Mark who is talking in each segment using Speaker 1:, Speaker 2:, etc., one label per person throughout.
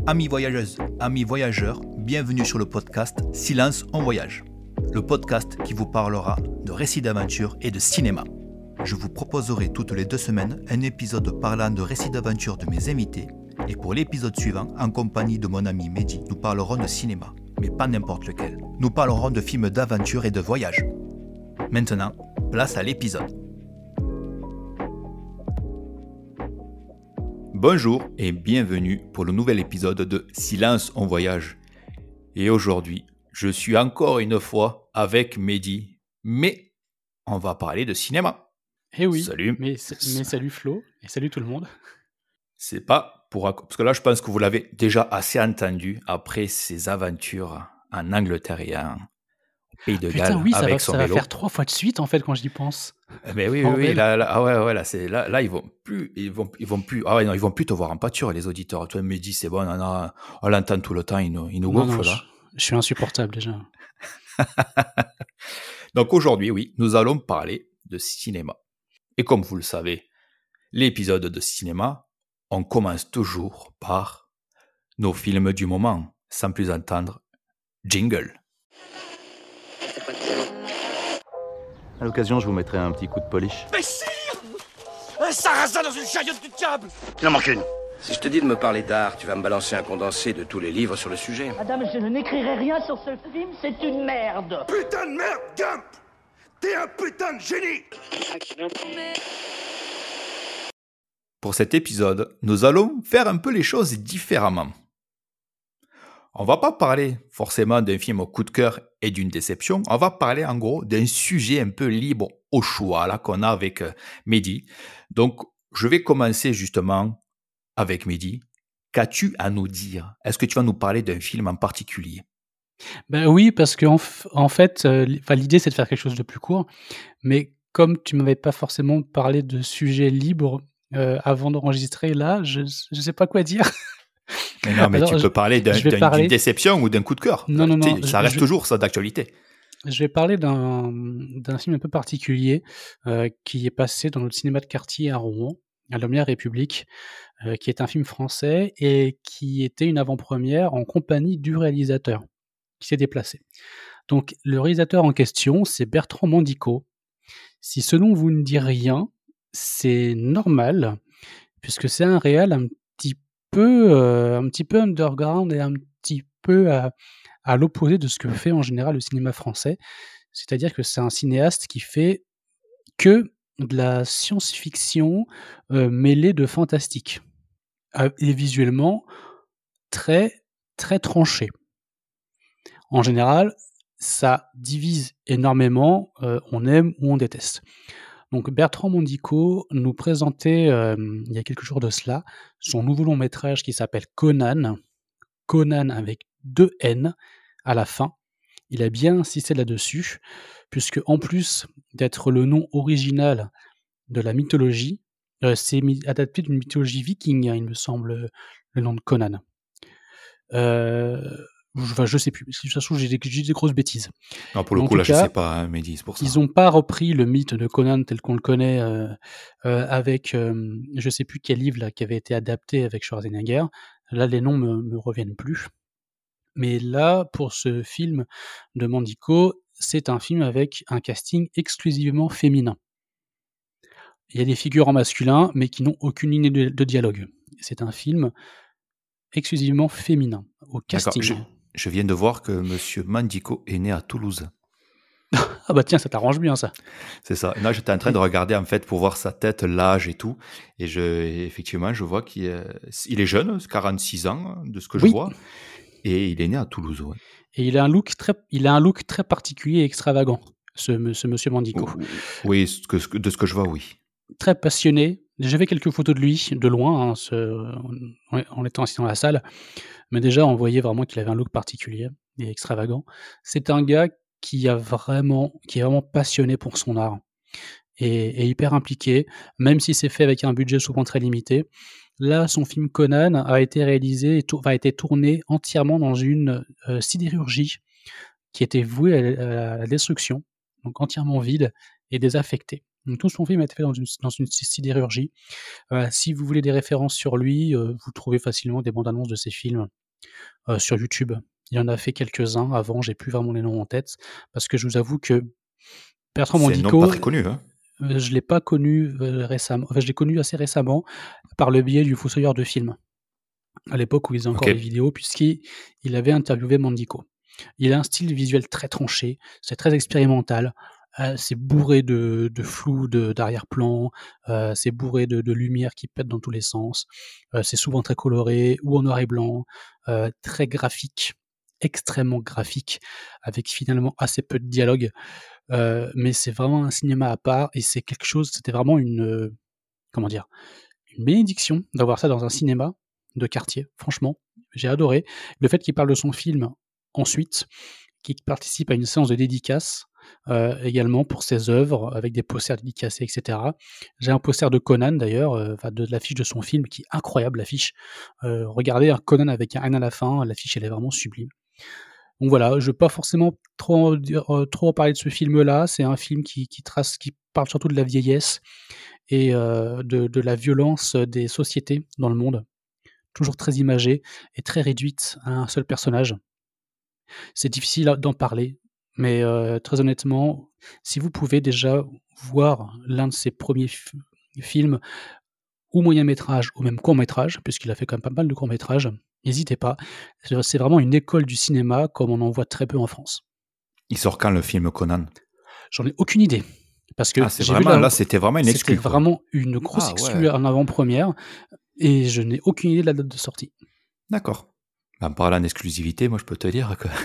Speaker 1: Amis voyageuses, amis voyageurs, bienvenue sur le podcast Silence en voyage. Le podcast qui vous parlera de récits d'aventure et de cinéma. Je vous proposerai toutes les 2 semaines un épisode parlant de récits d'aventure de mes invités. Et pour l'épisode suivant, en compagnie de mon ami Mehdi, nous parlerons de cinéma, mais pas n'importe lequel. Nous parlerons de films d'aventure et de voyage. Maintenant, place à l'épisode. Bonjour et bienvenue pour le nouvel épisode de Silence en voyage. Et aujourd'hui, je suis encore une fois avec Mehdi, mais on va parler de cinéma.
Speaker 2: Eh oui,
Speaker 1: Salut.
Speaker 2: mais salut Flo, et salut tout le monde.
Speaker 1: C'est pas pour... Parce que là, je pense que vous l'avez déjà assez entendu après ses aventures en Angleterre et en Pays de Galles
Speaker 2: oui,
Speaker 1: avec son
Speaker 2: ça va
Speaker 1: vélo.
Speaker 2: faire 3 fois de suite en fait quand j'y pense.
Speaker 1: Mais oui, là, ils vont plus, ah ouais, non, ils vont plus te voir en pâture, les auditeurs. Toi, Mehdi, c'est bon, on l'entend tout le temps, il nous gonfle là.
Speaker 2: Je suis insupportable déjà.
Speaker 1: Donc aujourd'hui, oui, nous allons parler de cinéma. Et comme vous le savez, l'épisode de cinéma, on commence toujours par nos films du moment, sans plus attendre, jingle.
Speaker 3: À l'occasion, je vous mettrai un petit coup de polish.
Speaker 4: Mais sire, un sarrasin dans une chariote du diable.
Speaker 5: Il en manque une. Si je te dis de me parler d'art, tu vas me balancer un condensé de tous les livres sur le sujet.
Speaker 6: Madame, je n'écrirai rien sur ce film, c'est une merde.
Speaker 4: Putain de merde, Gump. T'es un putain de génie.
Speaker 1: Pour cet épisode, nous allons faire un peu les choses différemment. On va pas parler forcément d'un film au coup de cœur et d'une déception, on va parler en gros d'un sujet un peu libre au choix là qu'on a avec Mehdi. Donc je vais commencer justement avec Mehdi. Qu'as-tu à nous dire? Est-ce que tu vas nous parler d'un film en particulier?
Speaker 2: Ben oui, parce que en fait, l'idée c'est de faire quelque chose de plus court, mais comme tu m'avais pas forcément parlé de sujet libre avant d'enregistrer là, je sais pas quoi dire.
Speaker 1: Mais non, mais alors, tu peux parler d'une déception ou d'un coup de cœur.
Speaker 2: Non.
Speaker 1: Ça reste toujours ça d'actualité.
Speaker 2: Je vais parler d'un film un peu particulier qui est passé dans notre cinéma de quartier à Rouen, à l'Aumônière République, qui est un film français et qui était une avant-première en compagnie du réalisateur qui s'est déplacé. Donc le réalisateur en question, c'est Bertrand Mandico. Si ce nom vous ne dit rien, c'est normal, puisque c'est un réal un petit peu underground et un petit peu à l'opposé de ce que fait en général le cinéma français. C'est-à-dire que c'est un cinéaste qui fait que de la science-fiction mêlée de fantastique. Et visuellement très, très tranché. En général, ça divise énormément, on aime ou on déteste. Donc Bertrand Mandico nous présentait, il y a quelques jours de cela, son nouveau long métrage qui s'appelle Conan. Conan avec 2 N à la fin. Il a bien insisté là-dessus, puisque en plus d'être le nom original de la mythologie, c'est adapté d'une mythologie viking, il me semble, le nom de Conan. Je sais plus. De toute façon, j'ai des grosses bêtises.
Speaker 1: Non, pour le coup, là, je sais pas, hein, Mehdi, c'est pour ça.
Speaker 2: Ils n'ont pas repris le mythe de Conan tel qu'on le connaît avec, je sais plus quel livre là, qui avait été adapté avec Schwarzenegger. Là, les noms me reviennent plus. Mais là, pour ce film de Mandico, c'est un film avec un casting exclusivement féminin. Il y a des figures en masculin, mais qui n'ont aucune ligne de dialogue. C'est un film exclusivement féminin, au casting.
Speaker 1: D'accord. Je viens de voir que Monsieur Mandico est né à Toulouse.
Speaker 2: Ah bah tiens, ça t'arrange bien ça.
Speaker 1: C'est ça. Là, j'étais en train de regarder en fait pour voir sa tête, l'âge et tout. Et effectivement, je vois qu'il est jeune, 46 ans, de ce que je vois. Et il est né à Toulouse. Ouais.
Speaker 2: Et il a un look très particulier et extravagant, ce Monsieur Mandico.
Speaker 1: Oui, de ce que je vois, oui.
Speaker 2: Très passionné. J'avais quelques photos de lui, de loin, en étant assis dans la salle. Mais déjà, on voyait vraiment qu'il avait un look particulier et extravagant. C'est un gars qui est vraiment passionné pour son art et hyper impliqué, même si c'est fait avec un budget souvent très limité. Là, son film Conan a été réalisé et a été tourné entièrement dans une sidérurgie qui était vouée à la destruction, donc entièrement vide et désaffectée. Donc, tout son film a été fait dans une sidérurgie. Si vous voulez des références sur lui, vous trouvez facilement des bandes annonces de ses films sur YouTube. Il en a fait quelques-uns avant, j'ai plus vraiment les noms en tête, parce que je vous avoue que Bertrand
Speaker 1: C'est un nom
Speaker 2: Mandico,
Speaker 1: pas très connu, hein.
Speaker 2: je l'ai pas connu récemment. Enfin, je l'ai connu assez récemment par le biais du Fossoyeur de films. À l'époque où il faisait encore
Speaker 1: Ok.
Speaker 2: des vidéos, puisqu'il avait interviewé Mandico. Il a un style visuel très tranché, c'est très expérimental, c'est bourré de flou, d'arrière-plan, c'est bourré de lumière qui pète dans tous les sens, c'est souvent très coloré ou en noir et blanc, très graphique, extrêmement graphique, avec finalement assez peu de dialogue, mais c'est vraiment un cinéma à part et c'était vraiment comment dire? Une bénédiction d'avoir ça dans un cinéma de quartier, franchement, j'ai adoré. Le fait qu'il parle de son film ensuite, qu'il participe à une séance de dédicace également pour ses œuvres, avec des posters dédicacés, etc. J'ai un poster de Conan d'ailleurs, de l'affiche de son film qui est incroyable, l'affiche. Regardez un Conan avec un N à la fin, l'affiche elle est vraiment sublime. Donc voilà, je ne veux pas forcément trop en parler de ce film-là. C'est un film qui parle surtout de la vieillesse et de la violence des sociétés dans le monde. Toujours très imagée et très réduite à un seul personnage. C'est difficile d'en parler, mais très honnêtement, si vous pouvez déjà voir l'un de ses premiers films ou moyen-métrage ou même court-métrage, puisqu'il a fait quand même pas mal de courts-métrages, n'hésitez pas. C'est vraiment une école du cinéma comme on en voit très peu en France.
Speaker 1: Il sort quand le film Conan?
Speaker 2: J'en ai aucune idée. Parce que
Speaker 1: c'était vraiment une exclue.
Speaker 2: C'était vraiment une grosse exclue en avant-première et je n'ai aucune idée de la date de sortie.
Speaker 1: D'accord. En parlant d'exclusivité, moi je peux te dire que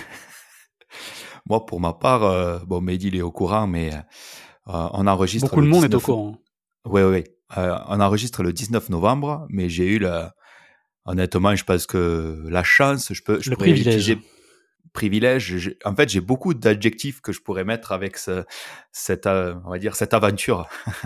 Speaker 1: moi pour ma part, Mehdi il est au courant, mais on enregistre.
Speaker 2: Beaucoup de monde est au courant.
Speaker 1: Oui. On enregistre le 19 novembre, mais j'ai eu honnêtement, je pense que la chance,
Speaker 2: le privilège.
Speaker 1: En fait, j'ai beaucoup d'adjectifs que je pourrais mettre avec cette aventure.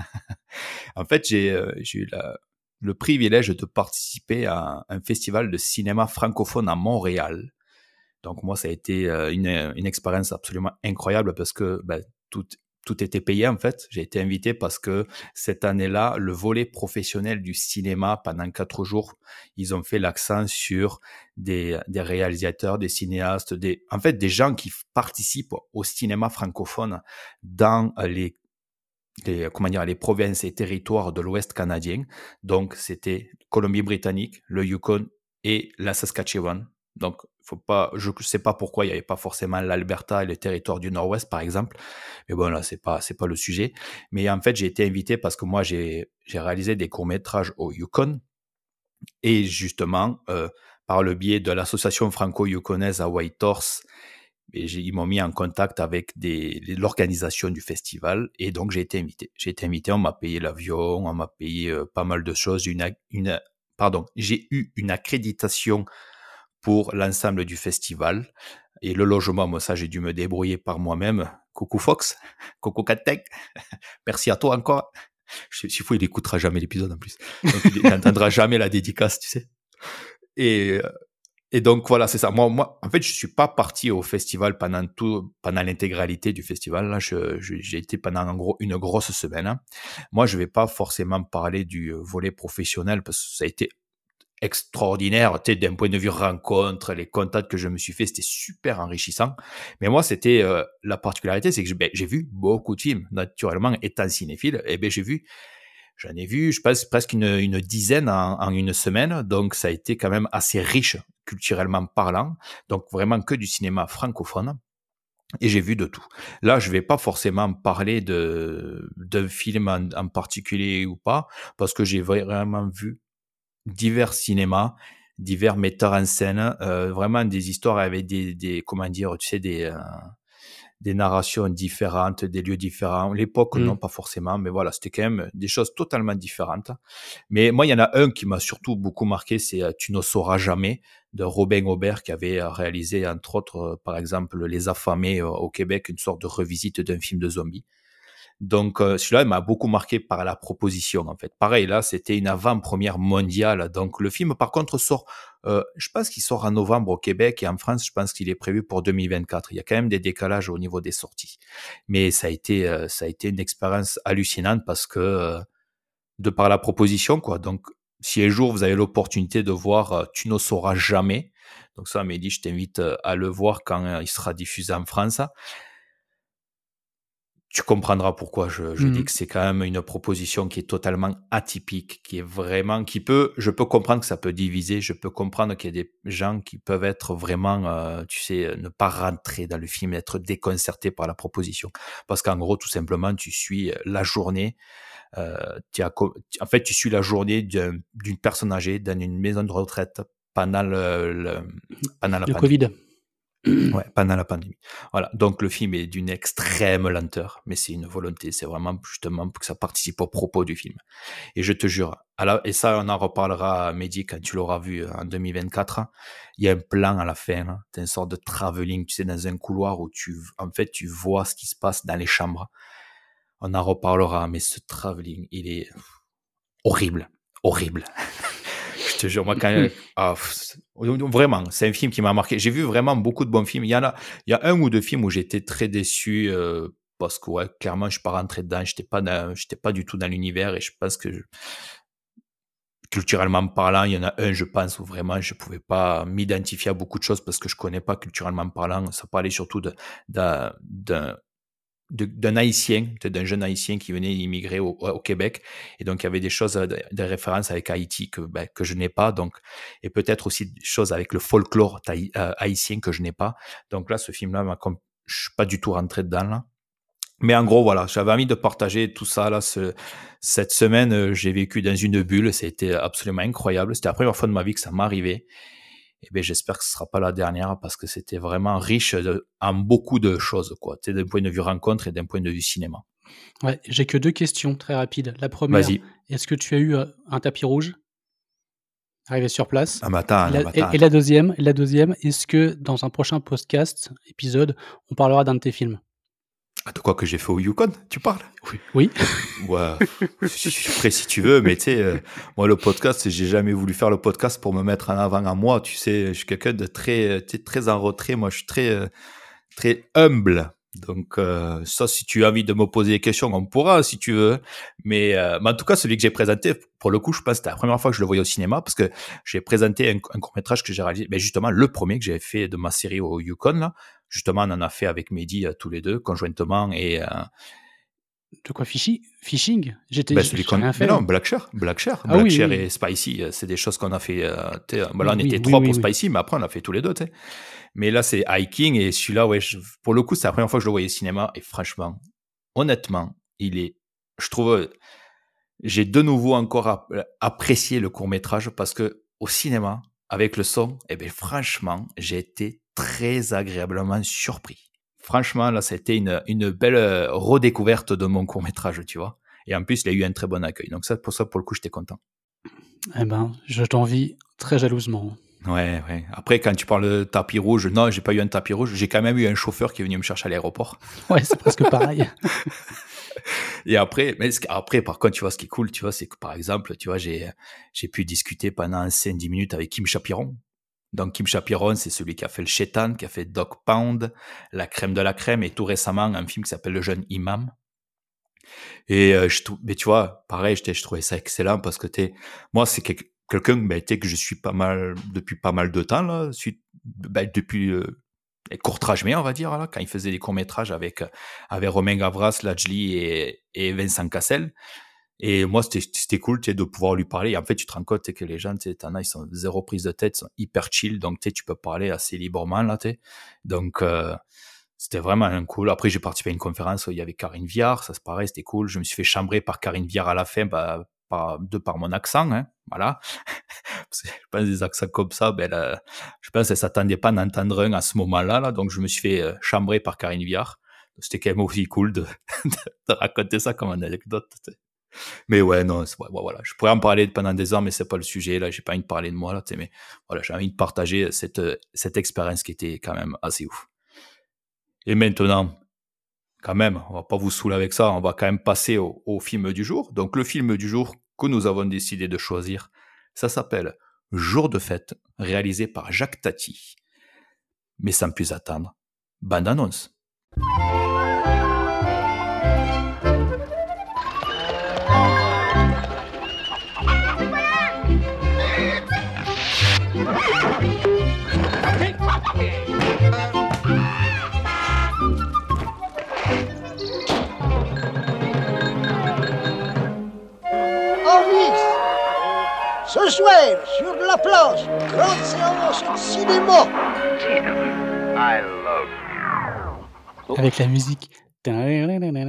Speaker 1: En fait, j'ai eu le privilège de participer à un festival de cinéma francophone à Montréal. Donc moi, ça a été une expérience absolument incroyable parce que tout était payé en fait. J'ai été invité parce que cette année-là, le volet professionnel du cinéma, pendant 4 jours, ils ont fait l'accent sur des réalisateurs, des cinéastes, des gens qui participent au cinéma francophone dans les provinces et territoires de l'Ouest canadien. Donc, c'était Colombie-Britannique, le Yukon et la Saskatchewan. Donc, je ne sais pas pourquoi il n'y avait pas forcément l'Alberta et le territoire du Nord-Ouest, par exemple. Mais bon, là, c'est pas le sujet. Mais en fait, j'ai été invité parce que moi, j'ai réalisé des courts-métrages au Yukon. Et justement, par le biais de l'association franco-yukonaise à Whitehorse, ils m'ont mis en contact avec l'organisation du festival et donc j'ai été invité, on m'a payé l'avion, on m'a payé pas mal de choses. J'ai eu une accréditation pour l'ensemble du festival et le logement, moi ça j'ai dû me débrouiller par moi-même. Coucou Fox, coucou Cattec, merci à toi encore. S'il faut, il n'écoutera jamais l'épisode en plus, donc il n'entendra jamais la dédicace, tu sais. Et donc voilà, c'est ça. Moi, en fait, je suis pas parti au festival pendant l'intégralité du festival. Là, j'ai été pendant en gros une grosse semaine. Moi, je vais pas forcément parler du volet professionnel parce que ça a été extraordinaire. Tu sais, d'un point de vue rencontre, les contacts que je me suis fait, c'était super enrichissant. Mais moi, c'était la particularité, c'est que j'ai vu beaucoup de films. Naturellement, étant cinéphile, j'en ai vu, je pense, presque une dizaine en une semaine. Donc, ça a été quand même assez riche culturellement parlant. Donc, vraiment que du cinéma francophone. Et j'ai vu de tout. Là, je vais pas forcément parler d'un film en particulier ou pas, parce que j'ai vraiment vu divers cinémas, divers metteurs en scène, vraiment des histoires avec des narrations différentes, des lieux différents. L'époque, non, pas forcément, mais voilà, c'était quand même des choses totalement différentes. Mais moi, il y en a un qui m'a surtout beaucoup marqué, c'est Tu ne sauras jamais, de Robin Aubert, qui avait réalisé, entre autres, par exemple, Les Affamés au Québec, une sorte de revisite d'un film de zombies. Donc celui-là, il m'a beaucoup marqué par la proposition, en fait. Pareil, là, c'était une avant-première mondiale. Donc le film, par contre, sort, je pense qu'il sort en novembre au Québec et en France, je pense qu'il est prévu pour 2024. Il y a quand même des décalages au niveau des sorties. Mais ça a été une expérience hallucinante parce que de par la proposition, quoi. Donc, si un jour vous avez l'opportunité de voir, tu ne sauras jamais. Donc ça, Mehdi, je t'invite à le voir quand il sera diffusé en France. Tu comprendras pourquoi je dis que c'est quand même une proposition qui est totalement atypique, qui est vraiment, je peux comprendre que ça peut diviser, je peux comprendre qu'il y a des gens qui peuvent être vraiment, tu sais, ne pas rentrer dans le film, être déconcertés par la proposition. Parce qu'en gros, tout simplement, tu suis la journée, en fait, tu suis la journée d'une personne âgée dans une maison de retraite pendant la
Speaker 2: Le
Speaker 1: pandémie.
Speaker 2: Covid.
Speaker 1: Ouais, pendant la pandémie. Voilà. Donc, le film est d'une extrême lenteur, mais c'est une volonté. C'est vraiment justement pour que ça participe au propos du film. Et je te jure, et ça, on en reparlera, Mehdi, quand tu l'auras vu en 2024. Il y a un plan à la fin, là. T'as une sorte de travelling, tu sais, dans un couloir où tu vois ce qui se passe dans les chambres. On en reparlera, mais ce travelling, il est horrible. Horrible. Je te jure, moi, vraiment, c'est un film qui m'a marqué. J'ai vu vraiment beaucoup de bons films. Il y a un ou deux films où j'étais très déçu, parce que, ouais, clairement, je suis pas rentré dedans. J'étais pas du tout dans l'univers et je pense que culturellement parlant, il y en a un, je pense, où vraiment je pouvais pas m'identifier à beaucoup de choses parce que je connais pas culturellement parlant. Ça parlait surtout d'un haïtien, d'un jeune haïtien qui venait immigrer au Québec, et donc il y avait des choses, des références avec Haïti que je n'ai pas, donc, et peut-être aussi des choses avec le folklore haïtien que je n'ai pas. Donc là, ce film-là, je suis pas du tout rentré dedans là. Mais en gros, voilà, j'avais envie de partager tout ça là. Cette semaine, j'ai vécu dans une bulle, c'était absolument incroyable. C'était la première fois de ma vie que ça m'arrivait. Eh bien, j'espère que ce sera pas la dernière parce que c'était vraiment riche en beaucoup de choses, quoi. Tu sais, d'un point de vue rencontre et d'un point de vue cinéma.
Speaker 2: Ouais, j'ai que 2 questions très rapides. La première,
Speaker 1: Vas-y.
Speaker 2: est-ce que tu as eu un tapis rouge arrivé sur place?
Speaker 1: Ah, mais attends,
Speaker 2: Et la deuxième, est-ce que dans un prochain épisode, on parlera d'un de tes films?
Speaker 1: Ah, de quoi que j'ai fait au Yukon, tu parles?
Speaker 2: Oui.
Speaker 1: Ouais, je suis prêt si tu veux, mais tu sais, moi, le podcast, j'ai jamais voulu faire le podcast pour me mettre en avant à moi. Tu sais, je suis quelqu'un de très en retrait. Moi, je suis très humble. Donc, ça, si tu as envie de me poser des questions, on pourra, si tu veux. Mais en tout cas, celui que j'ai présenté, pour le coup, je pense que c'était la première fois que je le voyais au cinéma parce que j'ai présenté un court-métrage que j'ai réalisé, justement, le premier que j'avais fait de ma série au Yukon, là. Justement, on en a fait avec Mehdi tous les deux, conjointement, et...
Speaker 2: De quoi, Fishing? J'ai rien fait.
Speaker 1: Mais non, Black Shear. Black Shear et Spicy, c'est des choses qu'on a fait. Là, on était trois pour Spicy, mais après, on a fait tous les deux. T'sais. Mais là, c'est Hiking, et celui-là, ouais, pour le coup, c'est la première fois que je le voyais au cinéma, et franchement, honnêtement, je trouve, j'ai de nouveau encore apprécié le court-métrage parce que au cinéma, avec le son, franchement, j'ai été très agréablement surpris. Franchement, là, ça a été une belle redécouverte de mon court-métrage, tu vois. Et en plus, il a eu un très bon accueil. Donc ça, pour le coup, j'étais content.
Speaker 2: Eh ben, je t'envie très jalousement.
Speaker 1: Ouais. Après, quand tu parles de tapis rouge, non, j'ai pas eu un tapis rouge. J'ai quand même eu un chauffeur qui est venu me chercher à l'aéroport.
Speaker 2: Ouais, c'est presque pareil.
Speaker 1: Et après, par contre, tu vois, ce qui est cool, tu vois, c'est que par exemple, tu vois, j'ai pu discuter pendant 5-10 minutes avec Kim Chapiron. Donc, Kim Chapiron, c'est celui qui a fait Le Chétan, qui a fait Dog Pound, La crème de la crème, et tout récemment, un film qui s'appelle Le jeune imam. Et mais tu vois, pareil, je trouvais ça excellent parce que moi, c'est quelqu'un que je suis depuis pas mal de temps, là, depuis Courtrage, mais on va dire, là, quand il faisait des courts-métrages avec Romain Gavras, Lajli et Vincent Cassel. Et moi, c'était cool, de pouvoir lui parler. Et en fait, tu te rends compte que les gens, t'en as, ils sont zéro prise de tête, ils sont hyper chill. Donc, tu peux parler assez librement, là, Donc, c'était vraiment cool. Après, j'ai participé à une conférence où il y avait Karine Viard. Ça, c'est pareil, c'était cool. Je me suis fait chambrer par Karine Viard à la fin, par mon accent, hein. Voilà. Parce que je pense des accents comme ça, je pense qu'elle s'attendait pas à en entendre un à ce moment-là, là. Donc, je me suis fait chambrer par Karine Viard. C'était quand même aussi cool de raconter ça comme une anecdote, Mais ouais, non, voilà. Je pourrais en parler pendant des heures, mais c'est pas le sujet. Là, j'ai pas envie de parler de moi, là, mais voilà, j'ai envie de partager cette expérience qui était quand même assez ouf. Et maintenant, quand même, on va pas vous saouler avec ça, on va quand même passer au film du jour. Donc le film du jour que nous avons décidé de choisir, ça s'appelle Jour de fête, réalisé par Jacques Tati. Mais sans plus attendre, bande annonce.
Speaker 7: Ce soir, sur la place, grande séance de cinéma.
Speaker 2: Avec la musique.
Speaker 1: Ouais.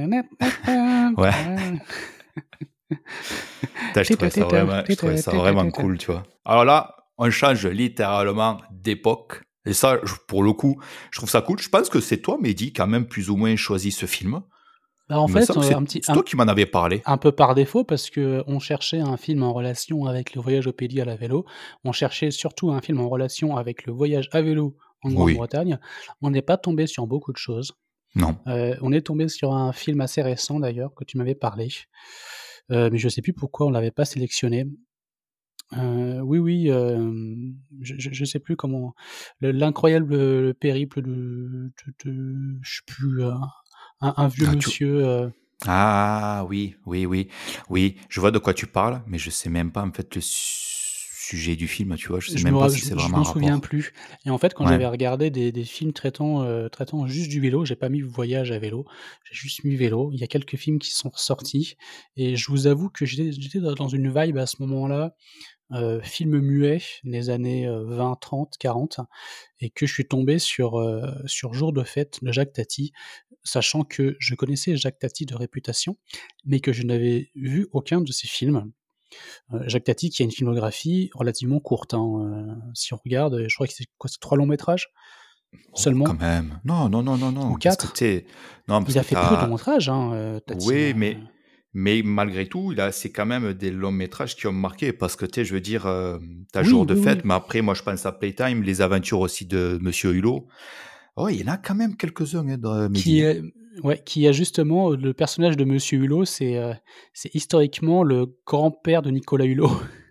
Speaker 1: Je trouvais ça vraiment cool, tu vois. Alors là, on change littéralement d'époque. Et ça, pour le coup, je trouve ça cool. Je pense que c'est toi, Mehdi, qui a même plus ou moins choisi ce film.
Speaker 2: Bah en fait,
Speaker 1: c'est toi qui m'en avais parlé.
Speaker 2: Un peu par défaut, parce qu'on cherchait un film en relation avec le voyage au Pays de Galles à vélo. On cherchait surtout un film en relation avec le voyage à vélo en Grande-Bretagne. On n'est pas tombé sur beaucoup de choses.
Speaker 1: Non.
Speaker 2: On est tombé sur un film assez récent d'ailleurs, que tu m'avais parlé. Mais je ne sais plus pourquoi on ne l'avait pas sélectionné. Oui, je sais plus comment... L'incroyable périple de je sais plus... Un vieux monsieur...
Speaker 1: Ah oui, je vois de quoi tu parles, mais je sais même pas en fait le sujet du film, tu vois, je sais même pas si c'est vraiment un rapport.
Speaker 2: Je m'en souviens plus. Et en fait, quand j'avais regardé des films traitant juste du vélo, j'ai pas mis voyage à vélo, j'ai juste mis vélo. Il y a quelques films qui sont sortis, et je vous avoue que j'étais dans une vibe à ce moment-là, film muet, des années 20, 30, 40, et que je suis tombé sur Jour de fête de Jacques Tati, sachant que je connaissais Jacques Tati de réputation, mais que je n'avais vu aucun de ses films. Jacques Tati qui a une filmographie relativement courte, si on regarde, je crois que c'est 3 longs métrages seulement.
Speaker 1: Quand même. Non.
Speaker 2: Ou 4. Il a fait peu de longs métrages, Tati.
Speaker 1: Oui, mais malgré tout, c'est quand même des longs métrages qui ont marqué, parce que je veux dire, t'as Jour de fête, mais après, moi je pense à Playtime, les aventures aussi de Monsieur Hulot. Oh, il y en a quand même quelques-uns,
Speaker 2: qui a justement le personnage de Monsieur Hulot, c'est historiquement le grand-père de Nicolas Hulot.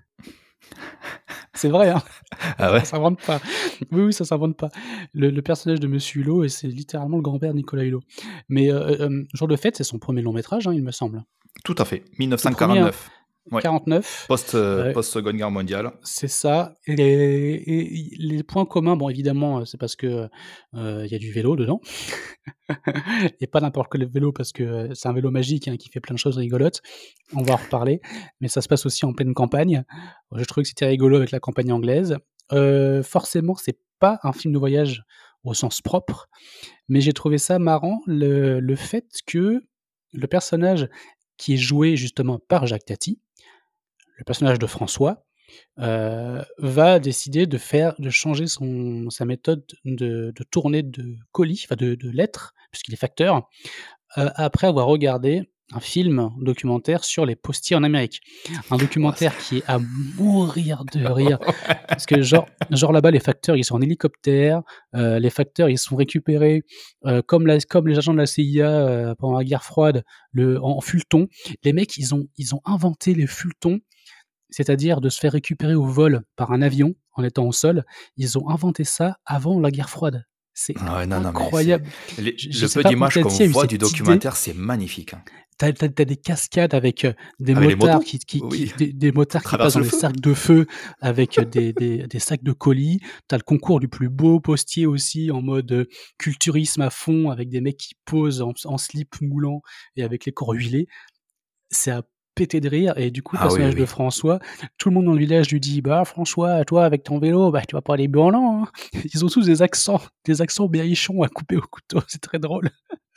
Speaker 2: C'est vrai, hein.
Speaker 1: Ah ouais.
Speaker 2: Ça s'invente pas. Oui, ça s'invente pas. Le personnage de Monsieur Hulot, et c'est littéralement le grand-père de Nicolas Hulot. Mais Jour de fête, c'est son premier long métrage, il me semble.
Speaker 1: Tout à fait, 1949.
Speaker 2: 49.
Speaker 1: Post-Seconde Guerre mondiale.
Speaker 2: C'est ça. Et les points communs, bon, évidemment, c'est parce que y a du vélo dedans. Et pas n'importe quel vélo, parce que c'est un vélo magique qui fait plein de choses rigolotes. On va en reparler. Mais ça se passe aussi en pleine campagne. Je trouvais que c'était rigolo avec la campagne anglaise. Forcément, c'est pas un film de voyage au sens propre, mais j'ai trouvé ça marrant, le fait que le personnage qui est joué justement par Jacques Tati, le personnage de François, va décider de changer sa méthode de tournée de colis, enfin de lettres, puisqu'il est facteur, après avoir regardé un film documentaire sur les postiers en Amérique. Un documentaire qui est à mourir de rire. Parce que genre là-bas, les facteurs, ils sont en hélicoptère. Les facteurs, ils sont récupérés comme les agents de la CIA pendant la guerre froide, en fulleton. Les mecs, ils ont inventé les fulletons, c'est-à-dire de se faire récupérer au vol par un avion en étant au sol. Ils ont inventé ça avant la guerre froide. C'est incroyable.
Speaker 1: Le peu d'images qu'on voit du documentaire, c'est magnifique.
Speaker 2: T'as des cascades avec des motards des motards qui passent dans des cercles de feu avec des sacs de colis. T'as le concours du plus beau postier aussi, en mode culturisme à fond, avec des mecs qui posent en slip moulant et avec les corps huilés. C'est à péter de rire. Et du coup, le personnage de François, tout le monde dans le village lui dit: bah François, toi avec ton vélo, tu vas pas aller Burlan, hein. Ils ont tous des accents berrichons à couper au couteau. C'est très drôle.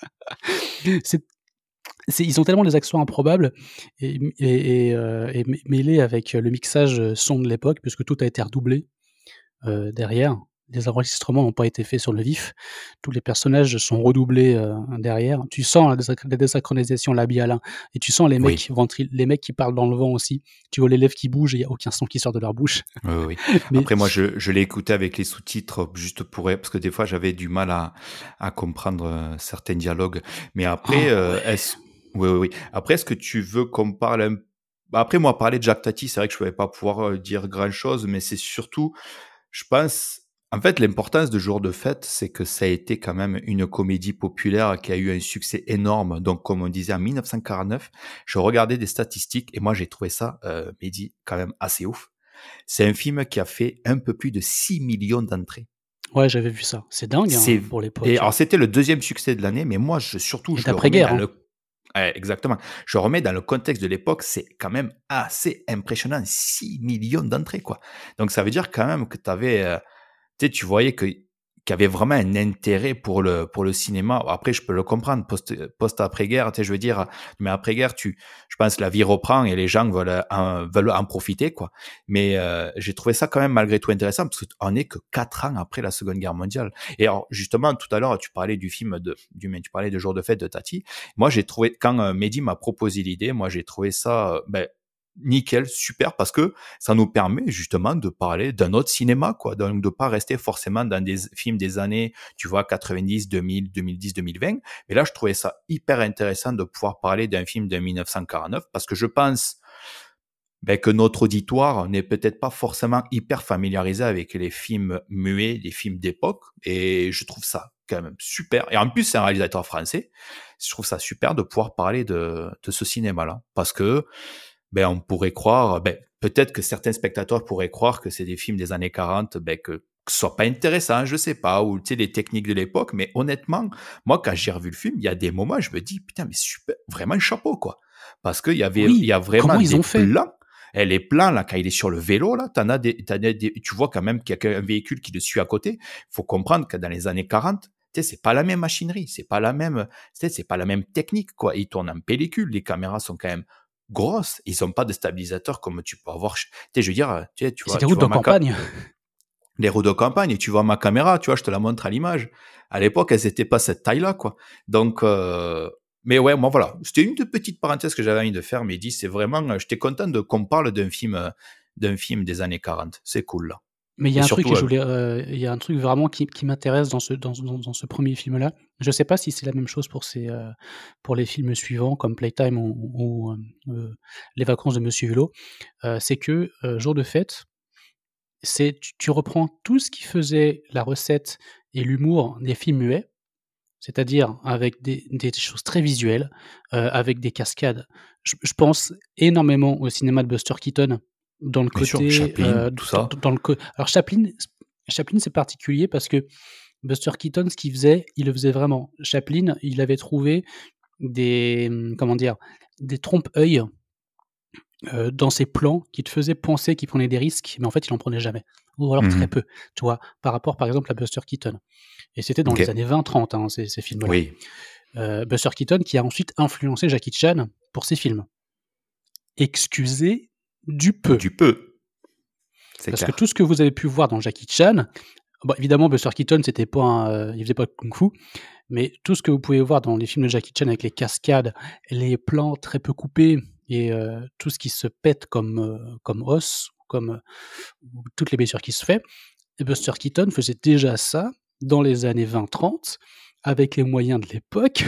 Speaker 2: Ils ont tellement des accents improbables et mêlés avec le mixage son de l'époque, puisque tout a été redoublé derrière. les enregistrements n'ont pas été faits sur le vif. Tous les personnages sont redoublés derrière. Tu sens la désynchronisation labiale, hein, et tu sens les mecs les mecs qui parlent dans le vent aussi. Tu vois les lèvres qui bougent et il n'y a aucun son qui sort de leur bouche.
Speaker 1: Oui.
Speaker 2: Mais
Speaker 1: Après, moi, je l'ai écouté avec les sous-titres, juste parce que des fois, j'avais du mal à comprendre certains dialogues. Mais après, oui. Après, est-ce que tu veux qu'on parle après, moi, parler de Jacques Tati, c'est vrai que je ne pouvais pas pouvoir dire grand-chose, mais c'est surtout, je pense, en fait, l'importance de Jour de fête, c'est que ça a été quand même une comédie populaire qui a eu un succès énorme. Donc, comme on disait, en 1949, je regardais des statistiques et moi, j'ai trouvé ça, Mehdi, quand même assez ouf. C'est un film qui a fait un peu plus de 6 millions d'entrées.
Speaker 2: ouais, j'avais vu ça. C'est dingue pour l'époque.
Speaker 1: Et alors, c'était le deuxième succès de l'année, mais moi, je le remets
Speaker 2: d'après-guerre,
Speaker 1: dans Ouais, exactement. Je remets dans le contexte de l'époque, c'est quand même assez impressionnant. 6 millions d'entrées, quoi. Donc, ça veut dire quand même que tu voyais qu'il y avait vraiment un intérêt pour le cinéma. Après, je peux le comprendre, post-après-guerre, je veux dire, mais après-guerre, je pense la vie reprend et les gens veulent en profiter, quoi. Mais j'ai trouvé ça quand même malgré tout intéressant parce qu'on n'est que 4 ans après la Seconde Guerre mondiale. Et alors, justement, tout à l'heure, tu parlais du film tu parlais de Jour de fête de Tati. Moi, j'ai trouvé, quand Mehdi m'a proposé l'idée, moi, j'ai trouvé ça, nickel, super, parce que ça nous permet justement de parler d'un autre cinéma, quoi. Donc, de pas rester forcément dans des films des années, 90, 2000, 2010, 2020. Mais là, je trouvais ça hyper intéressant de pouvoir parler d'un film de 1949 parce que je pense que notre auditoire n'est peut-être pas forcément hyper familiarisé avec les films muets, les films d'époque. Et je trouve ça quand même super. Et en plus, c'est un réalisateur français. Je trouve ça super de pouvoir parler de ce cinéma-là. Parce que on pourrait croire, peut-être que certains spectateurs pourraient croire que c'est des films des années 40, que ce soit pas intéressant, je sais pas, ou les techniques de l'époque, mais honnêtement, moi, quand j'ai revu le film, il y a des moments, je me dis, putain, mais super, vraiment chapeau, quoi. Parce qu'il y a vraiment des plans. Et les plans, là, quand il est sur le vélo, là, tu vois quand même qu'il y a un véhicule qui le suit à côté. Faut comprendre que dans les années 40, c'est pas la même machinerie, c'est pas la même technique, quoi. Ils tournent en pellicule, les caméras sont quand même grosses, ils n'ont pas de stabilisateur comme tu peux avoir. Je veux dire, tu vois.
Speaker 2: C'est des routes de campagne.
Speaker 1: Les routes de campagne, et tu vois ma caméra, tu vois, je te la montre à l'image. À l'époque, elles n'étaient pas cette taille-là, quoi. Donc, mais ouais, moi, voilà. C'était une petite parenthèse que j'avais envie de faire, mais c'est vraiment, j'étais content qu'on parle d'un film des années 40. C'est cool, là.
Speaker 2: Mais il y a un truc il y a un truc vraiment qui m'intéresse dans ce premier film-là. Je sais pas si c'est la même chose pour les films suivants comme Playtime ou Les Vacances de Monsieur Hulot. C'est que Jour de fête, tu reprends tout ce qui faisait la recette et l'humour des films muets, c'est-à-dire avec des choses très visuelles, avec des cascades. Je pense énormément au cinéma de Buster Keaton. Dans le côté
Speaker 1: Chaplin, tout ça.
Speaker 2: Alors Chaplin c'est particulier parce que Buster Keaton, ce qu'il faisait, il le faisait vraiment. Chaplin, il avait trouvé des trompe-œil dans ses plans qui te faisaient penser qu'il prenait des risques, mais en fait il en prenait jamais, ou alors très peu, tu vois, par rapport par exemple à Buster Keaton. Et c'était dans les années 20-30, hein, ces films-là.
Speaker 1: Oui.
Speaker 2: Buster Keaton qui a ensuite influencé Jackie Chan pour ses films. Excusez du peu. Parce que tout ce que vous avez pu voir dans Jackie Chan, évidemment Buster Keaton il faisait pas de kung-fu, mais tout ce que vous pouvez voir dans les films de Jackie Chan avec les cascades, les plans très peu coupés et tout ce qui se pète comme os, comme toutes les blessures qui se fait, et Buster Keaton faisait déjà ça dans les années 20-30 avec les moyens de l'époque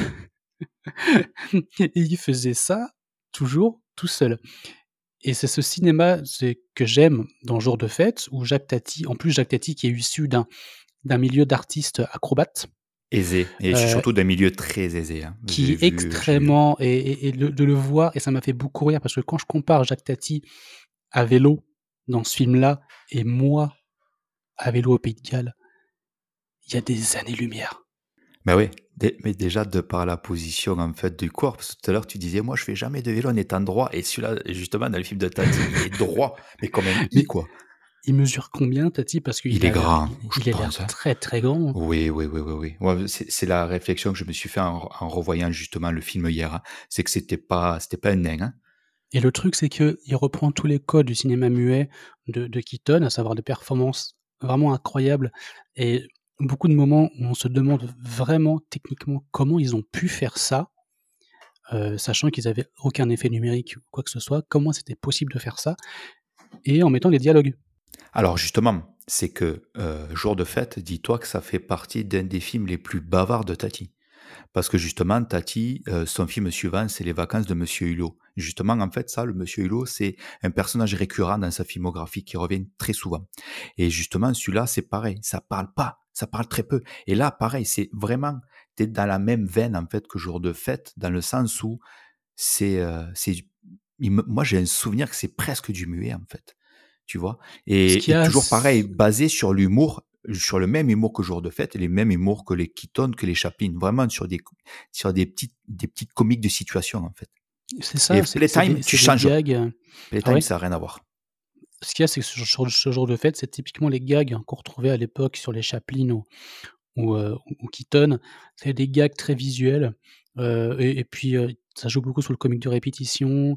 Speaker 2: et il faisait ça toujours tout seul. Et c'est ce cinéma que j'aime dans Jour de fête, où Jacques Tati qui est issu d'un milieu d'artistes acrobates.
Speaker 1: Aisé, et surtout d'un milieu très aisé. Hein.
Speaker 2: Qui est extrêmement, et de le voir, et ça m'a fait beaucoup rire, parce que quand je compare Jacques Tati à vélo dans ce film-là, et moi à vélo au Pays de Galles, il y a des années-lumière.
Speaker 1: Oui, mais déjà de par la position en fait du corps, parce que tout à l'heure tu disais moi je fais jamais de vélo en étant droit, et celui-là justement dans le film de Tati il est droit, mais quand même quoi.
Speaker 2: Il mesure combien Tati? Parce qu'il
Speaker 1: est grand,
Speaker 2: il a l'air très très grand.
Speaker 1: Oui. Ouais, c'est la réflexion que je me suis fait en revoyant justement le film hier, hein. C'est que c'était pas un nain. Hein.
Speaker 2: Et le truc c'est que il reprend tous les codes du cinéma muet de Keaton, à savoir des performances vraiment incroyable et beaucoup de moments où on se demande vraiment techniquement comment ils ont pu faire ça, sachant qu'ils avaient aucun effet numérique ou quoi que ce soit. Comment c'était possible de faire ça et en mettant des dialogues.
Speaker 1: Alors justement, c'est que Jour de fête, dis-toi que ça fait partie d'un des films les plus bavards de Tati. Parce que justement, Tati, son film suivant, c'est Les vacances de Monsieur Hulot. Justement, en fait, ça, le Monsieur Hulot, c'est un personnage récurrent dans sa filmographie qui revient très souvent. Et justement, celui-là, c'est pareil, ça parle pas, ça parle très peu. Et là, pareil, c'est vraiment, t'es dans la même veine, en fait, que Jour de fête, dans le sens où moi, j'ai un souvenir que c'est presque du muet, en fait. Tu vois?
Speaker 2: Ce qu'il y
Speaker 1: Et
Speaker 2: a,
Speaker 1: toujours pareil, basé sur l'humour, sur le même humour que Jour de fête et les mêmes humours que les Keaton, que les Chaplin. Vraiment sur des petites comiques de situation, en fait.
Speaker 2: c'est
Speaker 1: Et
Speaker 2: ça, c'est
Speaker 1: Playtime,
Speaker 2: des,
Speaker 1: tu
Speaker 2: c'est des
Speaker 1: changes.
Speaker 2: gags. Ah
Speaker 1: Playtime,
Speaker 2: ouais.
Speaker 1: ça n'a rien à voir.
Speaker 2: Ce qu'il y a, c'est que sur ce jour de fête, c'est typiquement les gags qu'on retrouvait à l'époque sur les Chaplin ou Keaton. C'est des gags très visuels et puis ça joue beaucoup sur le comique de répétition.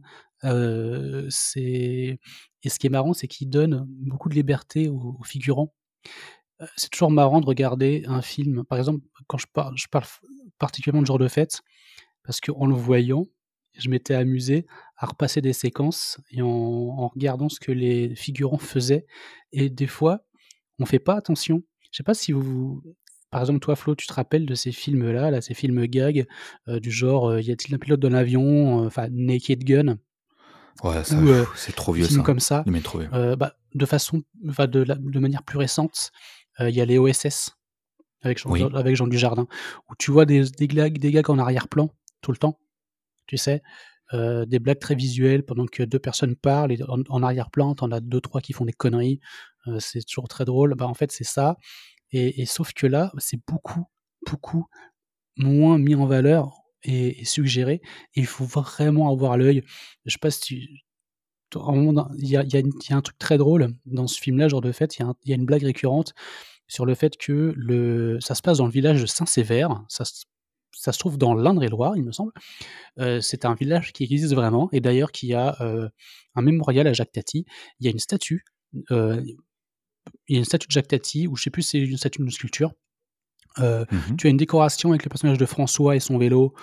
Speaker 2: C'est et ce qui est marrant, c'est qu'ils donnent beaucoup de liberté aux figurants. C'est toujours marrant de regarder un film. Par exemple, quand je parle particulièrement de Jour de fête, parce qu'en le voyant, je m'étais amusé à repasser des séquences et en regardant ce que les figurants faisaient et des fois, on fait pas attention. Je sais pas si par exemple, toi, Flo, tu te rappelles de ces films-là, là, ces films gags, du genre, Y a-t-il un pilote dans l'avion? Enfin, Naked Gun
Speaker 1: Ouais, ça,
Speaker 2: ou
Speaker 1: c'est trop
Speaker 2: des
Speaker 1: vieux,
Speaker 2: films
Speaker 1: ça.
Speaker 2: comme ça.
Speaker 1: Mais trop vieux.
Speaker 2: De façon enfin, de manière plus récente, il y a les OSS
Speaker 1: Oui.
Speaker 2: avec Jean Dujardin, où tu vois des gags en arrière-plan tout le temps, tu sais? Des blagues très visuelles pendant que 2 personnes parlent et en arrière-plan, tu en as 2-3 qui font des conneries, c'est toujours très drôle. Bah, en fait, c'est ça et sauf que là, c'est beaucoup, beaucoup moins mis en valeur et suggéré et il faut vraiment avoir l'œil. Je sais pas si à un moment il y a un truc très drôle dans ce film-là, Jour de fête, il y a une blague récurrente sur le fait que ça se passe dans le village de Saint-Sévère, ça se trouve dans l'Indre-et-Loire, il me semble. C'est un village qui existe vraiment et d'ailleurs qui a, un mémorial à Jacques Tati. Il y a une statue, heu, il y a une statue de Jacques Tati ou je sais plus si c'est une statue ou une sculpture.
Speaker 1: Mhm.
Speaker 2: Tu as une décoration avec le personnage de François et son vélo,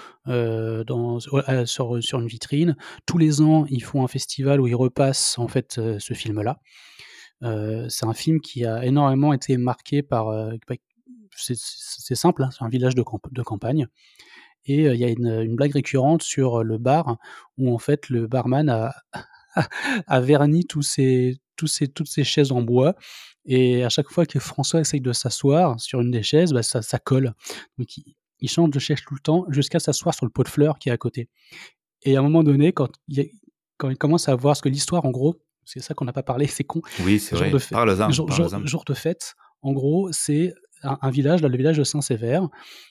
Speaker 2: sur une vitrine. Tous les ans, ils font un festival où ils repassent en fait, ce film-là. C'est un film qui a énormément été marqué par, c'est simple, hein, c'est un village de campagne et il y a une blague récurrente sur le bar où en fait le barman a verni toutes ces chaises en bois et à chaque fois que François essaye de s'asseoir sur une des chaises, bah, ça colle. Donc il change de chaise tout le temps jusqu'à s'asseoir sur le pot de fleurs qui est à côté et à un moment donné, quand il commence à voir ce que l'histoire en gros, c'est ça qu'on n'a pas parlé, c'est con.
Speaker 1: Oui, c'est
Speaker 2: Jour
Speaker 1: vrai.
Speaker 2: de fê
Speaker 1: Parle-en,
Speaker 2: jour jour
Speaker 1: parle-en.
Speaker 2: jour de fête, en gros, c'est un village, là, le village de Saint-Sévère,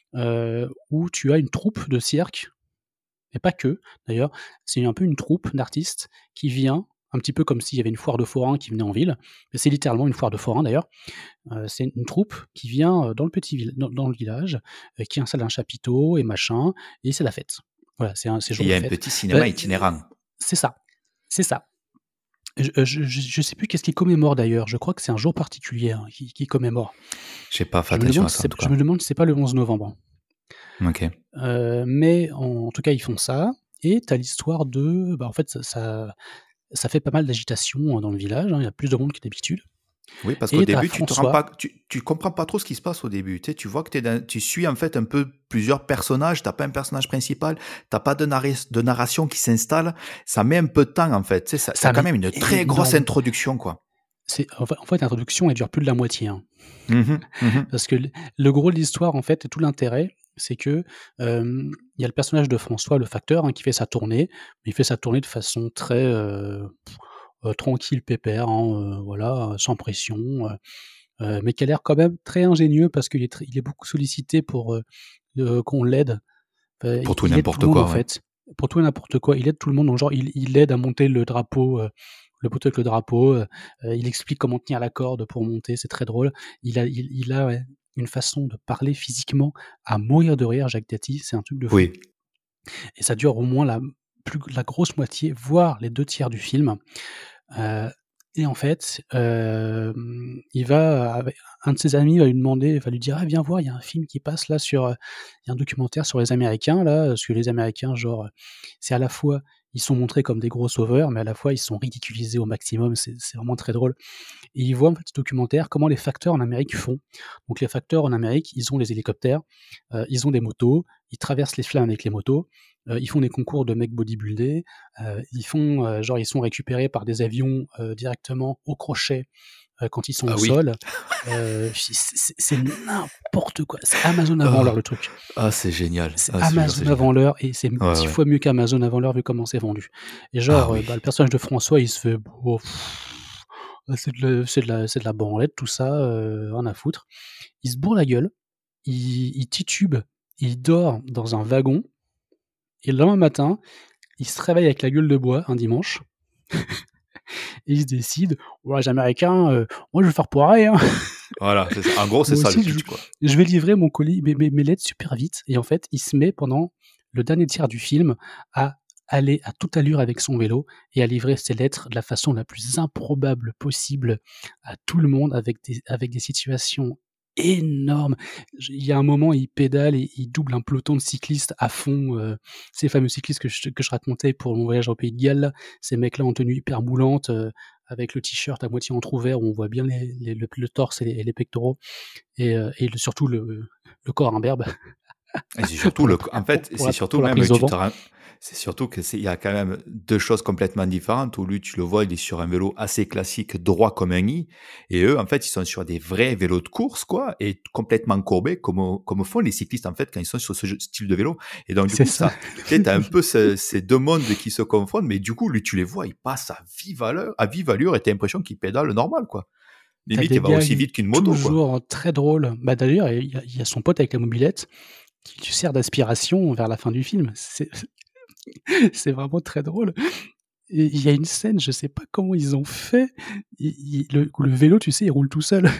Speaker 2: où tu as une troupe de cirque et pas que d'ailleurs, c'est un peu une troupe d'artistes qui vient, un petit peu comme s'il y avait une foire de forains qui venait en ville, mais c'est littéralement une foire de forains d'ailleurs. C'est une troupe qui vient, dans le dans le village, qui installe un chapiteau et machin et c'est la fête. Voilà, c'est
Speaker 1: Et
Speaker 2: jour
Speaker 1: il y
Speaker 2: de
Speaker 1: a un
Speaker 2: fête.
Speaker 1: petit cinéma
Speaker 2: Bah,
Speaker 1: itinérant.
Speaker 2: c'est ça, c'est ça. Je sais plus qu'est-ce qui commémore d'ailleurs, je crois que c'est un jour particulier, hein, qui commémore.
Speaker 1: J'ai pas fait attention à ça, en tout
Speaker 2: Je
Speaker 1: cas.
Speaker 2: me demande si c'est pas le 11 novembre.
Speaker 1: Ok.
Speaker 2: Mais en tout cas, ils font ça et tu as l'histoire de en fait, ça fait pas mal d'agitation, dans le village, hein, il y a plus de monde que d'habitude
Speaker 1: Oui, parce qu'au
Speaker 2: et tu as
Speaker 1: début, tu te rends
Speaker 2: François.
Speaker 1: pas, tu comprends pas trop ce qui se passe au début. Tu sais, tu vois que tu suis en fait un peu plusieurs personnages. T'as pas un personnage principal, t'as pas de narration qui s'installe. Ça met un peu de temps en fait. Tu sais, ça
Speaker 2: Ça
Speaker 1: a quand
Speaker 2: met
Speaker 1: même une très grosse
Speaker 2: énorme
Speaker 1: introduction, quoi.
Speaker 2: en fait, l'introduction, elle dure plus de la moitié, hein.
Speaker 1: Mhm, mhm.
Speaker 2: Parce que le gros de l'histoire, en fait, et tout l'intérêt, c'est que, il y a le personnage de François, le facteur, hein, qui fait sa tournée, mais il fait sa tournée de façon très, tranquille, pépère, hein, voilà, sans pression, mais qui a l'air quand même très ingénieux parce il est beaucoup sollicité pour, qu'on l'aide.
Speaker 1: Pour tout et
Speaker 2: Il aide tout
Speaker 1: n'importe
Speaker 2: le monde, en
Speaker 1: quoi, ouais.
Speaker 2: fait, pour tout et n'importe quoi. Il aide tout le monde, donc genre il aide à monter le drapeau, le poteau avec le drapeau, il explique comment tenir la corde pour monter, c'est très drôle. Il a, ouais, une façon de parler physiquement à mourir de rire, Jacques Tati, c'est un truc de fou
Speaker 1: Oui.
Speaker 2: et ça dure au moins la grosse moitié, voire les 2 tiers du film. Heu, Et en fait, il va avec un de ses amis va lui dire: «Ah viens voir, il y a un film qui passe là il y a un documentaire sur les Américains là», parce que les Américains genre, c'est à la fois ils sont montrés comme des gros sauveurs, mais à la fois ils sont ridiculisés au maximum, c'est vraiment très drôle. Et il voit en fait ce documentaire, comment les facteurs en Amérique font. Donc les facteurs en Amérique, ils ont les hélicoptères, ils ont des motos, ils traversent les flammes avec les motos, ils font des concours de mecs bodybuildés, ils font, genre ils sont récupérés par des avions, directement au crochet, quand ils sont
Speaker 1: Ah
Speaker 2: au
Speaker 1: oui.
Speaker 2: sol. C'est n'importe quoi. C'est Amazon avant l'heure le truc.
Speaker 1: Ah, c'est génial.
Speaker 2: C'est
Speaker 1: Ah, je te jure,
Speaker 2: Amazon
Speaker 1: c'est
Speaker 2: avant
Speaker 1: génial.
Speaker 2: l'heure et c'est
Speaker 1: Ouais,
Speaker 2: 10
Speaker 1: ouais.
Speaker 2: fois mieux qu'Amazon avant l'heure vu comment c'est vendu. Et
Speaker 1: Ah
Speaker 2: genre,
Speaker 1: oui.
Speaker 2: le personnage de François, il se fait: «Oh, c'est de la branlette tout ça, rien à foutre». Il se bourre la gueule, il titube, il dort dans un wagon et le lendemain matin, il se réveille avec la gueule de bois un dimanche et il se décide: «Ouais, les Américains, moi je vais faire pareil, hein.
Speaker 1: Voilà, c'est ça. En gros, c'est
Speaker 2: Moi
Speaker 1: ça le
Speaker 2: aussi
Speaker 1: pitch, quoi.
Speaker 2: je vais livrer mon colis, mes lettres super vite». Et en fait, il se met pendant le dernier tiers du film à aller à toute allure avec son vélo et à livrer ses lettres de la façon la plus improbable possible à tout le monde avec des situations énormes. Il y a un moment, il pédale et il double un peloton de cyclistes à fond, ces fameux cyclistes que je racontais pour mon voyage au Pays de Galles, là. Ces mecs-là en tenue hyper moulante, avec le t-shirt à moitié entrouvert où on voit bien le torse et les pectoraux surtout le corps imberbe
Speaker 1: Et c'est surtout
Speaker 2: pour la,
Speaker 1: le, en fait,
Speaker 2: pour
Speaker 1: c'est
Speaker 2: la,
Speaker 1: surtout
Speaker 2: pour la
Speaker 1: même,
Speaker 2: prise au
Speaker 1: tu te
Speaker 2: vent.
Speaker 1: rends, c'est surtout que il y a quand même deux choses complètement différentes. Où lui, tu le vois, il est sur un vélo assez classique, droit comme un i, et eux, en fait, ils sont sur des vrais vélos de course, quoi, et complètement courbés, comme font les cyclistes, en fait, quand ils sont sur ce style de vélo. Et donc, du
Speaker 2: C'est
Speaker 1: coup,
Speaker 2: ça.
Speaker 1: tu sais, t'as un peu ces deux mondes qui se confondent, mais du coup, lui, tu les vois, il passe à vive allure, et t'as l'impression qu'il pédale normal, quoi.
Speaker 2: T'as
Speaker 1: Limite,
Speaker 2: des
Speaker 1: il va aussi
Speaker 2: gags
Speaker 1: vite qu'une moto, quoi.
Speaker 2: toujours très drôles. Bah d'ailleurs, il y a son pote avec la mobilette qui sert d'aspiration vers la fin du film. C'est vraiment très drôle. Et il y a une scène, je sais pas comment ils ont fait, le vélo, tu sais, il roule tout seul.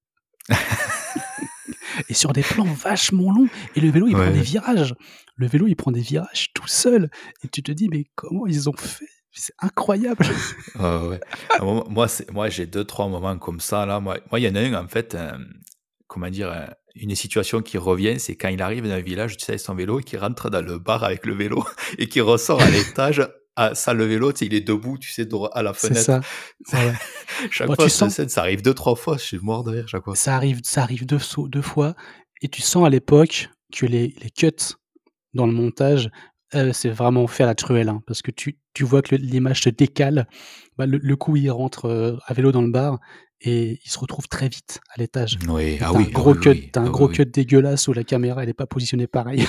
Speaker 2: Et sur des plans vachement longs. Et le vélo, il prend des
Speaker 1: Ouais.
Speaker 2: virages. Le vélo, il prend des virages tout seul. Et tu te dis, mais comment ils ont fait? C'est incroyable.
Speaker 1: Ouais. Moi, j'ai 2-3 moments comme ça, là. Il y en a un, en fait, comment dire, une situation qui revient, c'est quand il arrive dans un village, tu sais, avec son vélo, et qu'il rentre dans le bar avec le vélo, et qu'il ressort à l'étage, sans le vélo, tu sais, il est debout, tu sais, à la
Speaker 2: C'est
Speaker 1: fenêtre.
Speaker 2: ça. Ouais.
Speaker 1: Chaque
Speaker 2: Bon,
Speaker 1: fois,
Speaker 2: tu
Speaker 1: cette
Speaker 2: sens,
Speaker 1: scène, ça arrive 2-3 fois, je suis mort de rire chaque fois.
Speaker 2: ça arrive deux fois. Et tu sens à l'époque que les cuts dans le montage, c'est vraiment fait à la truelle, hein, parce que tu vois que l'image se décale. Bah, le coup, il rentre, à vélo dans le bar et il se retrouve très vite à l'étage.
Speaker 1: Oui,
Speaker 2: Et
Speaker 1: ah oui, ah oui, oui,
Speaker 2: tu un
Speaker 1: ah
Speaker 2: gros
Speaker 1: oui,
Speaker 2: cut
Speaker 1: oui.
Speaker 2: dégueulasse où la caméra, elle est pas positionnée pareil.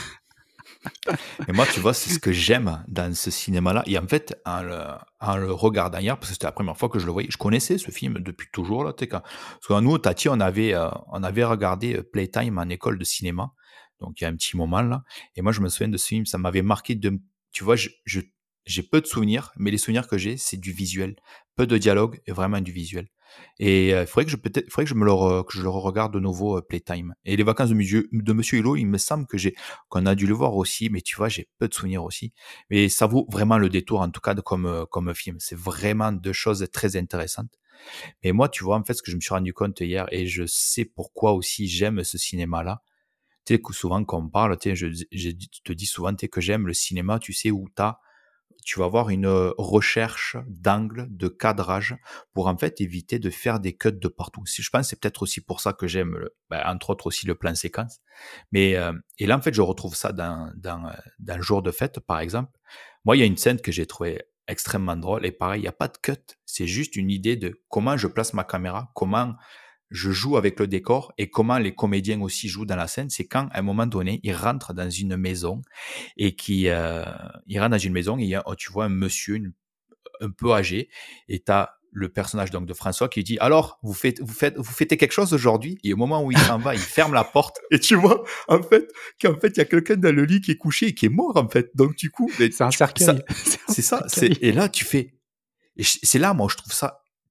Speaker 1: Et moi, tu vois, c'est ce que j'aime dans ce cinéma-là. Et en fait, en le regardant hier, parce que c'était la première fois que je le voyais, je connaissais ce film depuis toujours, là, tu sais, parce que nous, Tati, on avait regardé Playtime en école de cinéma. Donc, il y a un petit moment, là. Et moi, je me souviens de ce film, ça m'avait marqué tu vois, j'ai peu de souvenirs, mais les souvenirs que j'ai, c'est du visuel. Peu de dialogue et vraiment du visuel. Et il faudrait que que je le regarde de nouveau, Playtime. Et les vacances de Monsieur Hulot, il me semble qu'on a dû le voir aussi, mais tu vois, j'ai peu de souvenirs aussi. Mais ça vaut vraiment le détour, en tout cas, comme film. C'est vraiment deux choses très intéressantes. Mais moi, tu vois, en fait, ce que je me suis rendu compte hier, et je sais pourquoi aussi j'aime ce cinéma-là. Tu sais, que souvent, quand on parle, tu sais, je te dis souvent, tu sais, que j'aime le cinéma, tu sais, où tu vas avoir une recherche d'angle, de cadrage, pour en fait éviter de faire des cuts de partout. Si je pense, c'est peut-être aussi pour ça que j'aime, entre autres aussi le plan séquence. Mais et là, en fait, je retrouve ça dans le jour de fête, par exemple. Moi, il y a une scène que j'ai trouvée extrêmement drôle, et pareil, il n'y a pas de cut. C'est juste une idée de comment je place ma caméra, comment je joue avec le décor, et comment les comédiens aussi jouent dans la scène. C'est quand, à un moment donné, ils rentrent dans une maison, et il rentre dans une maison, et tu vois un monsieur un peu âgé, et t'as le personnage donc de François qui dit: alors vous fêtez quelque chose aujourd'hui? Et au moment où il s'en va, il ferme la porte, et tu vois en fait qu'en fait il y a quelqu'un dans le lit qui est couché et qui est mort, en fait. Donc du coup,
Speaker 2: C'est un cercueil.
Speaker 1: c'est ça,
Speaker 2: cercueil.
Speaker 1: et là tu fais, et c'est là, moi, je trouve ça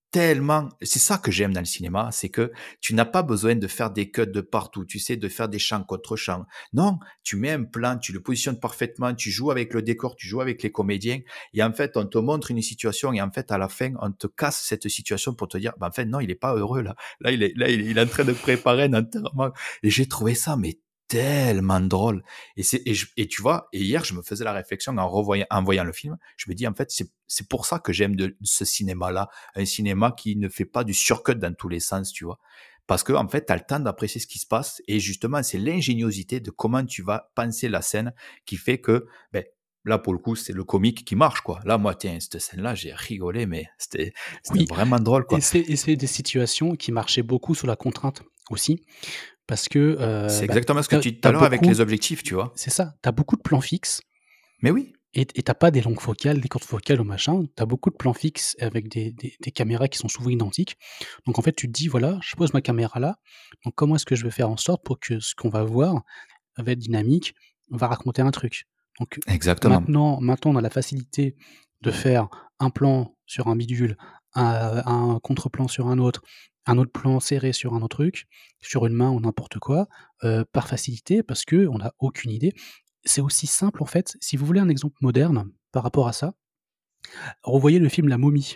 Speaker 1: tellement, c'est ça que j'aime dans le cinéma, c'est que tu n'as pas besoin de faire des cuts de partout, tu sais, de faire des champs contre champs. Non, tu mets un plan, tu le positionnes parfaitement, tu joues avec le décor, tu joues avec les comédiens, et en fait, on te montre une situation, et en fait, à la fin, on te casse cette situation pour te dire, en fait, non, il est pas heureux, là. Il est en train de préparer un enterrement. Et j'ai trouvé ça, mais tellement drôle. Et tu vois, et hier, je me faisais la réflexion en voyant le film. Je me dis, en fait, c'est pour ça que j'aime de ce cinéma-là. Un cinéma qui ne fait pas du surcut dans tous les sens, tu vois. Parce que, en fait, t'as le temps d'apprécier ce qui se passe. Et justement, c'est l'ingéniosité de comment tu vas penser la scène qui fait que, là, pour le coup, c'est le comique qui marche, quoi. Là, moi, tiens, cette scène-là, j'ai rigolé, mais c'était
Speaker 2: Oui,
Speaker 1: vraiment drôle, quoi.
Speaker 2: et c'est des situations qui marchaient beaucoup sous la contrainte aussi, parce que
Speaker 1: C'est exactement ce que tu dis tout
Speaker 2: t'as
Speaker 1: à l'heure avec
Speaker 2: beaucoup,
Speaker 1: les objectifs, tu vois.
Speaker 2: c'est ça, t'as beaucoup de plans fixes,
Speaker 1: Mais oui.
Speaker 2: et t'as pas des longues focales, des courtes focales ou machin, t'as beaucoup de plans fixes avec des caméras qui sont souvent identiques. Donc en fait, tu te dis, voilà, je pose ma caméra là, donc comment est-ce que je vais faire en sorte pour que ce qu'on va voir va être dynamique, on va raconter un truc. Donc
Speaker 1: Exactement.
Speaker 2: maintenant, on a la facilité de faire un plan sur un bidule, un contre-plan sur un autre plan serré sur un autre truc, sur une main ou n'importe quoi, par facilité parce qu'on n'a aucune idée. C'est aussi simple en fait, si vous voulez un exemple moderne par rapport à ça, revoyez le film La Momie.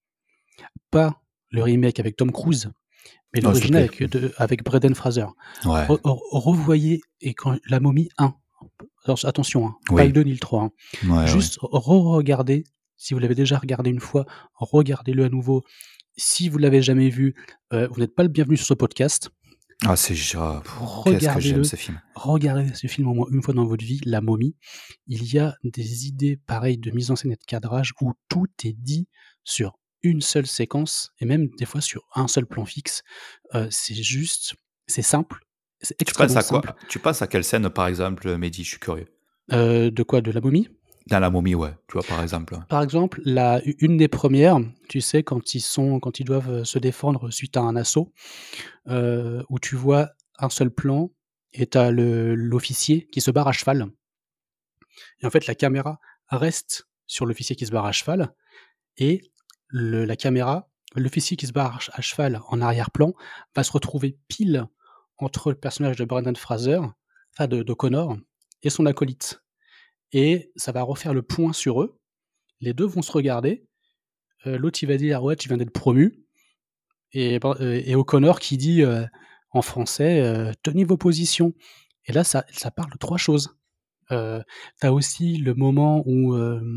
Speaker 2: Pas le remake avec Tom Cruise, mais
Speaker 1: Non, s'il te
Speaker 2: l'original
Speaker 1: plaît.
Speaker 2: avec Brendan Fraser.
Speaker 1: Ouais.
Speaker 2: Revoyez et quand La Momie 1, alors attention, pas
Speaker 1: Oui.
Speaker 2: le 2 ni le 3,
Speaker 1: Ouais,
Speaker 2: juste re-regardez, si vous l'avez déjà regardé une fois, regardez-le à nouveau. Si vous l'avez jamais vu, vous n'êtes pas le bienvenu sur ce podcast.
Speaker 1: Ah, c'est genre, qu'est-ce que j'aime ce film.
Speaker 2: Regardez ce film au moins une fois dans votre vie, La Momie. Il y a des idées pareilles de mise en scène et de cadrage où tout est dit sur une seule séquence et même des fois sur un seul plan fixe. C'est simple, c'est
Speaker 1: Tu penses
Speaker 2: extrêmement
Speaker 1: à quoi?
Speaker 2: simple.
Speaker 1: Tu penses à quelle scène, par exemple, Mehdi? Je suis curieux.
Speaker 2: De quoi? De La Momie?
Speaker 1: Dans La Momie, ouais. Tu vois, par exemple.
Speaker 2: Par exemple, une des premières, tu sais, quand ils doivent se défendre suite à un assaut, où tu vois un seul plan et tu as l'officier qui se barre à cheval. Et en fait, la caméra reste sur l'officier qui se barre à cheval et l'officier qui se barre à cheval en arrière-plan va se retrouver pile entre le personnage de Brendan Fraser, enfin de Connor, et son acolyte. Et ça va refaire le point sur eux. Les deux vont se regarder. L'autre, il va dire « Ouais, tu viens d'être promu ». Et O'Connor qui dit en français « Tenez vos positions ». Et là, ça parle de 3 choses. Tu as aussi le moment où,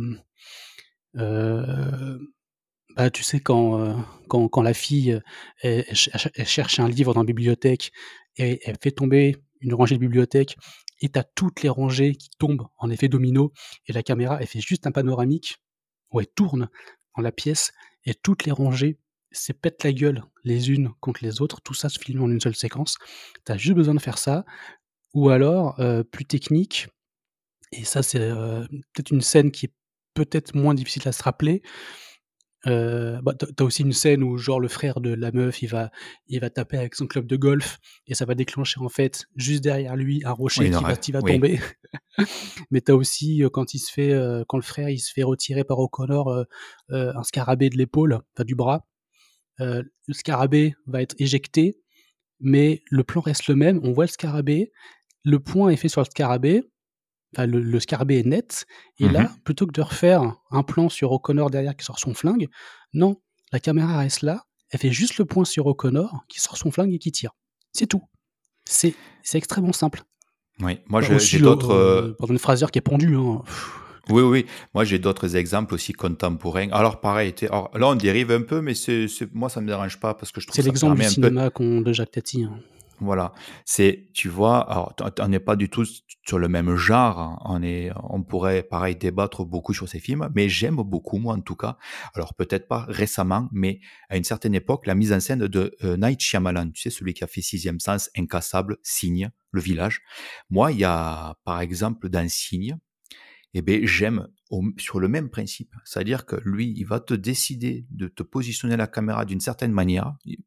Speaker 2: tu sais, quand la fille, elle cherche un livre dans la bibliothèque et elle fait tomber une rangée de bibliothèque et tu as toutes les rangées qui tombent en effet domino et la caméra, elle fait juste un panoramique où elle tourne dans la pièce et toutes les rangées se pètent la gueule les unes contre les autres, tout ça se filme en une seule séquence. Tu as juste besoin de faire ça ou alors, plus technique et ça c'est, peut-être une scène qui est peut-être moins difficile à se rappeler. Tu as aussi une scène où genre le frère de la meuf, il va taper avec son club de golf et ça va déclencher en fait juste derrière lui un rocher
Speaker 1: Oui,
Speaker 2: qui va
Speaker 1: oui.
Speaker 2: tomber. Mais tu as aussi, quand le frère il se fait retirer par O'Connor, un scarabée de l'épaule, enfin du bras, le scarabée va être éjecté, mais le plan reste le même. On voit le scarabée, le point est fait sur le scarabée, enfin le scarabée est net et là, plutôt que de refaire un plan sur O'Connor derrière qui sort son flingue, non, la caméra reste là, elle fait juste le point sur O'Connor qui sort son flingue et qui tire. C'est tout. C'est extrêmement simple.
Speaker 1: Oui, moi,
Speaker 2: Aussi
Speaker 1: j'ai d'autres...
Speaker 2: Brendan Fraser qui est pendu, hein.
Speaker 1: Oui. Moi, j'ai d'autres exemples aussi contemporains. Alors, pareil, alors, là, on dérive un peu, mais moi, ça me dérange pas parce que je trouve
Speaker 2: C'est
Speaker 1: que ça
Speaker 2: l'exemple
Speaker 1: permet
Speaker 2: du
Speaker 1: un peu...
Speaker 2: cinéma de Jacques Tati, hein.
Speaker 1: Voilà, tu vois, alors on n'est pas du tout sur le même genre, hein. On pourrait pareil débattre beaucoup sur ces films, mais j'aime beaucoup, moi en tout cas, alors peut-être pas récemment, mais à une certaine époque, la mise en scène de Night Shyamalan, tu sais, celui qui a fait Sixième Sens, Incassable, Signe, Le Village. Moi, il y a par exemple dans Signe, j'aime sur le même principe, c'est-à-dire que lui, il va te décider de te positionner la caméra d'une certaine manière.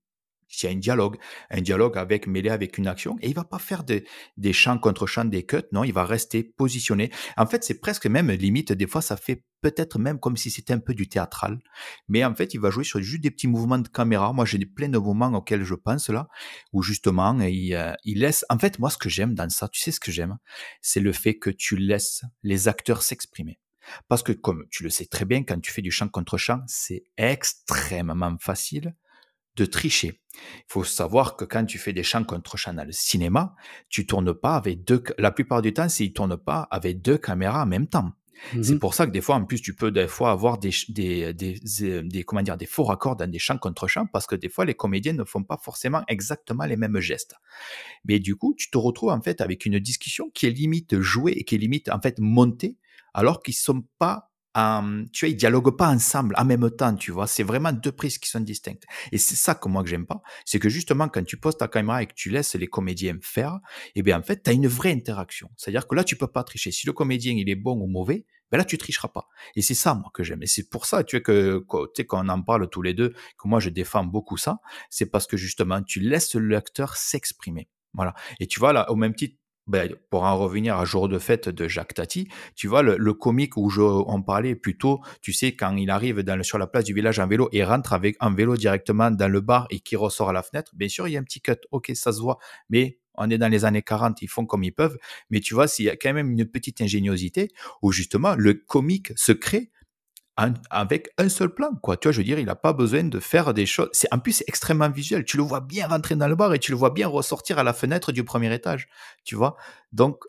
Speaker 1: il y a un dialogue avec mêlé avec une action, et il va pas faire des chants contre chants, des cuts, non, il va rester positionné. En fait, c'est presque même limite, des fois, ça fait peut-être même comme si c'était un peu du théâtral, mais en fait, il va jouer sur juste des petits mouvements de caméra. Moi, j'ai plein de moments auxquels je pense là, où justement, il laisse. En fait, moi, ce que j'aime dans ça, tu sais ce que j'aime, c'est le fait que tu laisses les acteurs s'exprimer. Parce que, comme tu le sais très bien, quand tu fais du chant contre chant, c'est extrêmement facile de tricher. Il faut savoir que quand tu fais des chants contre chants dans le cinéma, tu tournes pas avec la plupart du temps, ils tournent pas avec 2 caméras en même temps. C'est pour ça que des fois, en plus, tu peux des fois avoir des faux raccords dans des chants contre chants, parce que des fois, les comédiens ne font pas forcément exactement les mêmes gestes. Mais du coup, tu te retrouves en fait avec une discussion qui est limite jouée et qui est limite en fait montée, alors qu'ils sont pas tu vois, ils dialoguent pas ensemble en même temps, tu vois. C'est vraiment 2 prises qui sont distinctes. Et c'est ça que moi que j'aime pas. C'est que justement, quand tu poses ta caméra et que tu laisses les comédiens faire, eh bien, en fait, tu as une vraie interaction. C'est-à-dire que là, tu peux pas tricher. Si le comédien, il est bon ou mauvais, ben là, tu tricheras pas. Et c'est ça, moi, que j'aime. Et c'est pour ça, tu vois, tu sais, qu'on en parle tous les deux, que moi, je défends beaucoup ça. C'est parce que justement, tu laisses l'acteur s'exprimer. Voilà. Et tu vois, là, au même titre, pour en revenir à Jour de fête de Jacques Tati, tu vois, le comique où on parlait plutôt, tu sais, quand il arrive sur la place du village en vélo et rentre en vélo directement dans le bar et qui ressort à la fenêtre, bien sûr, il y a un petit cut, ok, ça se voit, mais on est dans les années 40, ils font comme ils peuvent, mais tu vois, s'il y a quand même une petite ingéniosité où justement le comique se crée avec un seul plan, quoi. Tu vois, je veux dire, il n'a pas besoin de faire des choses. En plus, c'est extrêmement visuel. Tu le vois bien rentrer dans le bar et tu le vois bien ressortir à la fenêtre du premier étage, tu vois. Donc,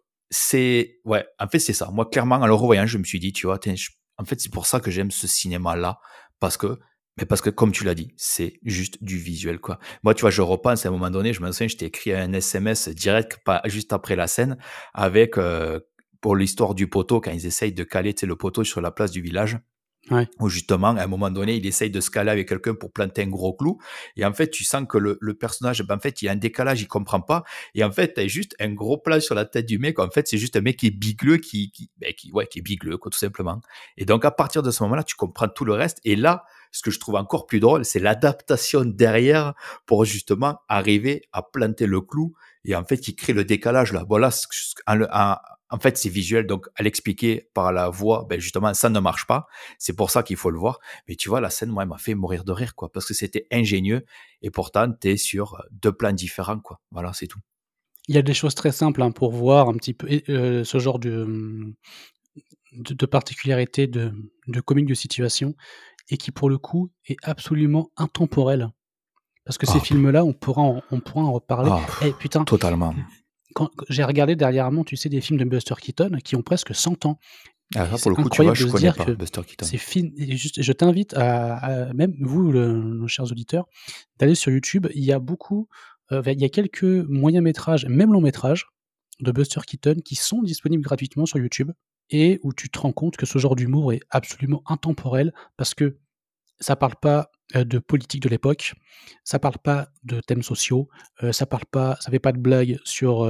Speaker 1: en fait, c'est ça. Moi, clairement, en le revoyant, je me suis dit, tu vois, en fait, c'est pour ça que j'aime ce cinéma-là, parce que, comme tu l'as dit, c'est juste du visuel, quoi. Moi, tu vois, je repense à un moment donné, je me souviens, je t'ai écrit un SMS direct, pas juste après la scène, avec, pour l'histoire du poteau, quand ils essayent de caler, tu sais, le poteau sur la place du village.
Speaker 2: Ouais.
Speaker 1: Où justement, à un moment donné, il essaye de se caler avec quelqu'un pour planter un gros clou. Et en fait, tu sens que le personnage, en fait, il y a un décalage, il comprend pas. Et en fait, t'as juste un gros plan sur la tête du mec. En fait, c'est juste un mec qui est bigleux, qui est bigleux, quoi, tout simplement. Et donc, à partir de ce moment-là, tu comprends tout le reste. Et là, ce que je trouve encore plus drôle, c'est l'adaptation derrière pour justement arriver à planter le clou. Et en fait, il crée le décalage là. Voilà, en fait, c'est visuel, donc à l'expliquer par la voix, justement, ça ne marche pas. C'est pour ça qu'il faut le voir. Mais tu vois, la scène, moi, elle m'a fait mourir de rire, quoi, parce que c'était ingénieux, et pourtant, t'es sur 2 plans différents, quoi. Voilà, c'est tout.
Speaker 2: Il y a des choses très simples, hein, pour voir un petit peu ce genre de particularité de comique de situation, et qui, pour le coup, est absolument intemporel. Parce que ces films-là, on pourra en reparler. Putain,
Speaker 1: totalement.
Speaker 2: Quand j'ai regardé dernièrement, tu sais, des films de Buster Keaton qui ont presque 100 ans.
Speaker 1: Ça, pour le coup, tu vois, je connais pas Buster Keaton.
Speaker 2: Ces films, je t'invite à même vous, nos chers auditeurs, d'aller sur YouTube. Il y a il y a quelques moyens-métrages, même longs-métrages, de Buster Keaton qui sont disponibles gratuitement sur YouTube, et où tu te rends compte que ce genre d'humour est absolument intemporel, parce que ça parle pas de politique de l'époque, ça parle pas de thèmes sociaux, ça fait pas de blagues sur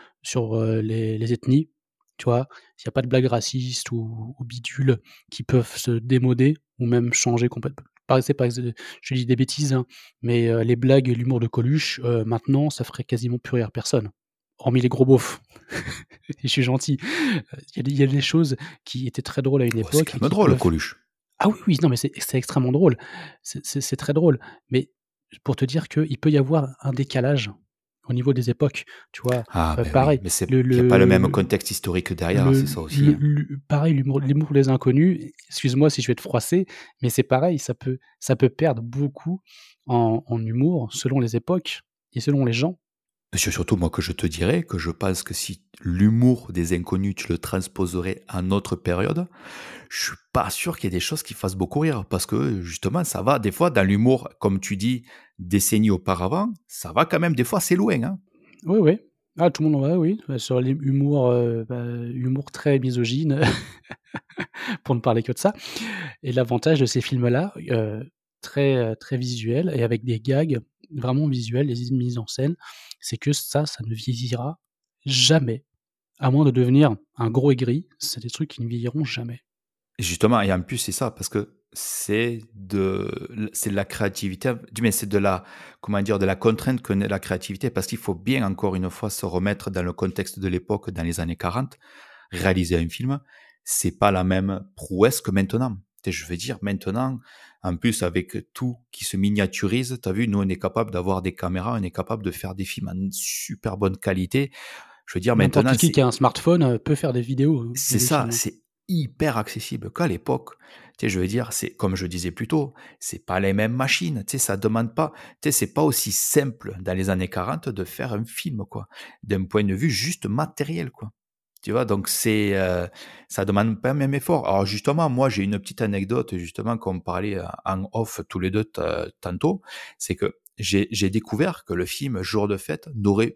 Speaker 2: les ethnies, tu vois? Il y a pas de blagues racistes ou bidules qui peuvent se démoder ou même changer complètement. Je dis des bêtises, hein, mais les blagues et l'humour de Coluche, maintenant, ça ferait quasiment plus rire personne, hormis les gros beaufs. Et je suis gentil. Il y a des choses qui étaient très drôles à une époque.
Speaker 1: C'est quand même drôle, Coluche.
Speaker 2: Ah oui, non, mais c'est extrêmement drôle. C'est très drôle. Mais pour te dire qu'il peut y avoir un décalage au niveau des époques, tu vois. Pareil.
Speaker 1: Oui, mais il n'y a pas le même contexte historique derrière, c'est ça aussi.
Speaker 2: Pareil, l'humour des inconnus, excuse-moi si je vais te froisser, mais c'est pareil, ça peut perdre beaucoup en humour selon les époques et selon les gens.
Speaker 1: Monsieur, surtout, moi, que je te dirais que je pense que si l'humour des inconnus, tu le transposerais à notre période, je suis pas sûr qu'il y ait des choses qui fassent beaucoup rire, parce que justement, ça va, des fois, dans l'humour, comme tu dis, décennies auparavant, ça va quand même, des fois, c'est loin, hein.
Speaker 2: Oui. Ah, tout le monde en va, oui. Sur l'humour, humour très misogyne, pour ne parler que de ça. Et l'avantage de ces films-là, très, très visuels, et avec des gags vraiment visuels, des mises en scène, c'est que ça ne vieillira jamais. À moins de devenir un gros aigri, c'est des trucs qui ne vieilliront jamais.
Speaker 1: Et justement, et en plus, c'est ça, parce que c'est de la créativité, mais c'est de la, comment dire, de la contrainte que naît la créativité, parce qu'il faut bien, encore une fois, se remettre dans le contexte de l'époque, dans les années 40. Réaliser un film, c'est pas la même prouesse que maintenant. Je veux dire, maintenant, en plus, avec tout qui se miniaturise, t'as vu, nous, on est capable d'avoir des caméras, on est capable de faire des films en super bonne qualité. Je veux dire, maintenant,
Speaker 2: N'importe qui a un smartphone peut faire des vidéos.
Speaker 1: c'est
Speaker 2: des
Speaker 1: ça,
Speaker 2: films.
Speaker 1: c'est hyper accessible qu'à l'époque. Je veux dire, c'est comme je disais plus tôt, c'est pas les mêmes machines. Ça demande pas, c'est pas aussi simple dans les années 40 de faire un film, quoi, d'un point de vue juste matériel, quoi. Tu vois, donc ça demande pas le même effort. Alors justement, moi, j'ai une petite anecdote, justement, qu'on parlait en off tous les deux tantôt, c'est que j'ai découvert que le film Jour de fête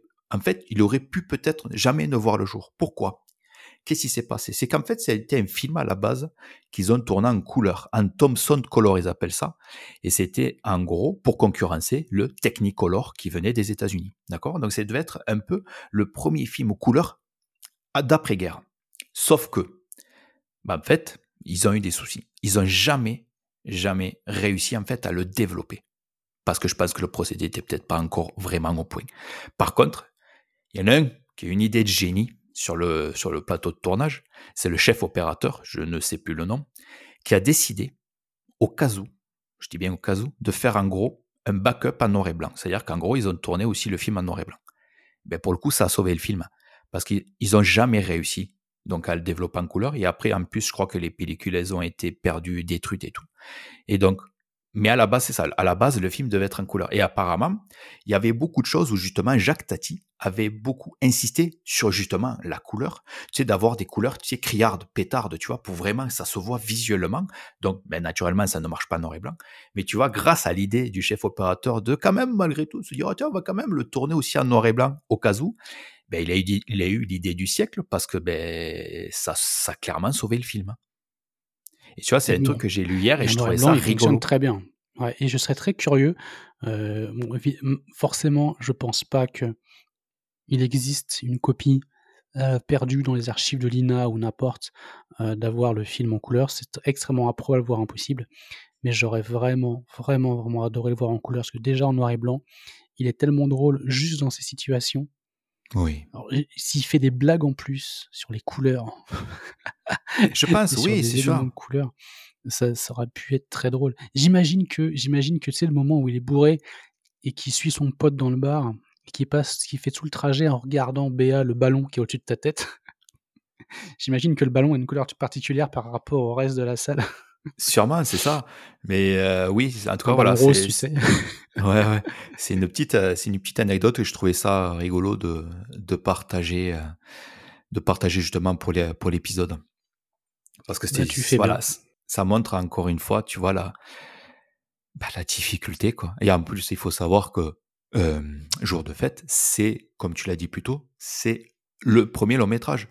Speaker 1: il aurait pu peut-être jamais ne voir le jour. Pourquoi? Qu'est-ce qui s'est passé? C'est qu'en fait, c'était un film à la base qu'ils ont tourné en couleur, en Thomson Color, ils appellent ça. Et c'était, en gros, pour concurrencer le Technicolor qui venait des États-Unis. D'accord? Donc, ça devait être un peu le premier film aux couleurs d'après-guerre. Sauf que, en fait, ils ont eu des soucis. Ils n'ont jamais réussi, en fait, à le développer. Parce que je pense que le procédé n'était peut-être pas encore vraiment au point. Par contre, il y en a un qui a une idée de génie sur le plateau de tournage, c'est le chef opérateur, je ne sais plus le nom, qui a décidé, au cas où, je dis bien au cas où, de faire en gros un backup en noir et blanc. C'est-à-dire qu'en gros, ils ont tourné aussi le film en noir et blanc. Ben pour le coup, ça a sauvé le film, parce qu'ils n'ont jamais réussi donc à le développer en couleur. Et après, en plus, je crois que les pellicules, elles ont été perdues, détruites et tout. Et donc, mais à la base, c'est ça. À la base, le film devait être en couleur. Et apparemment, il y avait beaucoup de choses où justement Jacques Tati avait beaucoup insisté sur justement la couleur. D'avoir des couleurs, criardes, pétardes, pour vraiment que ça se voit visuellement. Donc, naturellement, ça ne marche pas noir et blanc. Mais tu vois, grâce à l'idée du chef opérateur de quand même, malgré tout, se dire, tiens, on va quand même le tourner aussi en noir et blanc au cas où. Il a eu l'idée du siècle parce que ça a clairement sauvé le film. Et tu vois, c'est un truc que j'ai lu hier et je trouvais ça rigolo.
Speaker 2: Il fonctionne très bien. Ouais, et je serais très curieux. Forcément, je pense pas qu'il existe une copie perdue dans les archives de l'INA ou n'importe d'avoir le film en couleur. C'est extrêmement improbable, voire impossible. Mais j'aurais vraiment adoré le voir en couleur parce que déjà en noir et blanc, il est tellement drôle juste dans ces situations.
Speaker 1: Oui.
Speaker 2: Alors, s'il fait des blagues en plus sur les couleurs,
Speaker 1: je pense, oui, c'est sûr.
Speaker 2: Couleurs, ça aurait pu être très drôle. J'imagine que c'est le moment où il est bourré et qu'il suit son pote dans le bar, et qui fait tout le trajet en regardant Béa, le ballon qui est au-dessus de ta tête. J'imagine que le ballon a une couleur particulière par rapport au reste de la salle.
Speaker 1: Sûrement, c'est ça. Mais oui, en tout cas,
Speaker 2: voilà. Rose, tu sais.
Speaker 1: Ouais. C'est une petite anecdote et je trouvais ça rigolo de partager justement pour l'épisode. Parce que ça montre encore une fois, tu vois, la difficulté, quoi. Et en plus, il faut savoir que Jour de fête, c'est, comme tu l'as dit plus tôt, c'est le premier long métrage.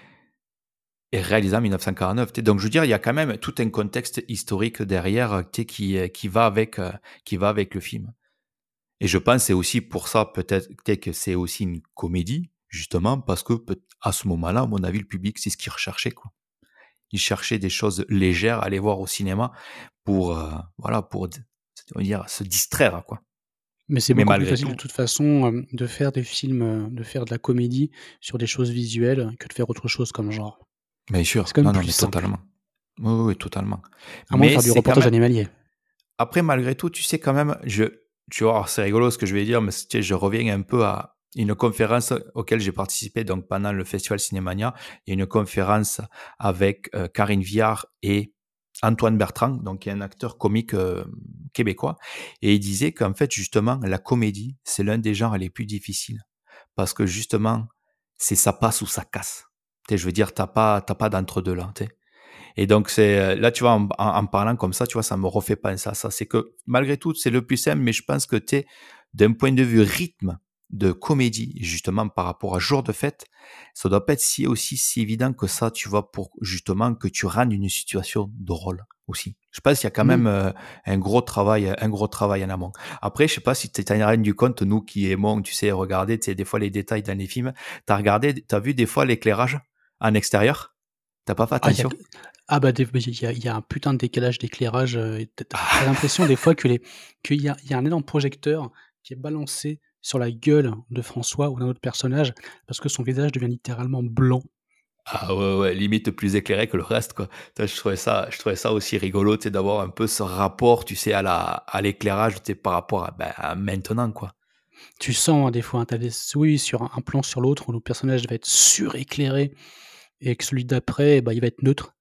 Speaker 1: Et réalisé en 1949. Donc, je veux dire, il y a quand même tout un contexte historique derrière qui va avec le film. Et je pense que c'est aussi pour ça, peut-être que c'est aussi une comédie, justement, parce que à ce moment-là, à mon avis, le public, c'est ce qu'il recherchait, quoi. Il cherchait des choses légères à aller voir au cinéma pour on va dire, se distraire, quoi.
Speaker 2: Mais c'est beaucoup plus facile de toute façon de faire des films, de faire de la comédie sur des choses visuelles que de faire autre chose comme genre.
Speaker 1: Bien sûr,
Speaker 2: c'est quand même plus simple.
Speaker 1: Totalement. Oui, totalement.
Speaker 2: À moins de faire du reportage animalier.
Speaker 1: Après, malgré tout, tu sais quand même, tu vois, c'est rigolo ce que je vais dire, mais je reviens un peu à une conférence auquel j'ai participé donc pendant le Festival Cinémania. Il y a une conférence avec Karine Viard et Antoine Bertrand, donc qui est un acteur comique québécois, et il disait qu'en fait, justement, la comédie, c'est l'un des genres les plus difficiles, parce que justement, c'est ça passe ou ça casse. Je veux dire, t'as pas d'entre-deux là. Et donc, c'est là, tu vois, en parlant comme ça, tu vois, ça me refait penser à ça. C'est que malgré tout, c'est le plus simple, mais je pense que d'un point de vue rythme de comédie, justement, par rapport à Jour de fête, ça doit pas être si évident que ça, tu vois, pour justement que tu rendes une situation drôle aussi. Je pense qu'il y a quand même un gros travail en amont. Après, je sais pas si tu t'en as rendu compte, nous qui aimons, tu sais, regarder, tu sais, des fois les détails dans les films, t'as vu des fois l'éclairage en extérieur? T'as pas fait
Speaker 2: Ah, il y a
Speaker 1: attention?
Speaker 2: il y a un putain de décalage d'éclairage, et tu l'impression des fois qu'il y a un énorme projecteur qui est balancé sur la gueule de François ou d'un autre personnage, parce que son visage devient littéralement blanc.
Speaker 1: Ah ouais, ouais, limite plus éclairé que le reste, quoi. Je trouvais ça aussi rigolo, tu sais, d'avoir un peu ce rapport, tu sais, à l'éclairage, tu sais, par rapport à maintenant, quoi.
Speaker 2: Tu sens, hein, des fois, hein, tu des oui, sur un plan sur l'autre où le personnage va être suréclairé et que celui d'après, bah, il va être neutre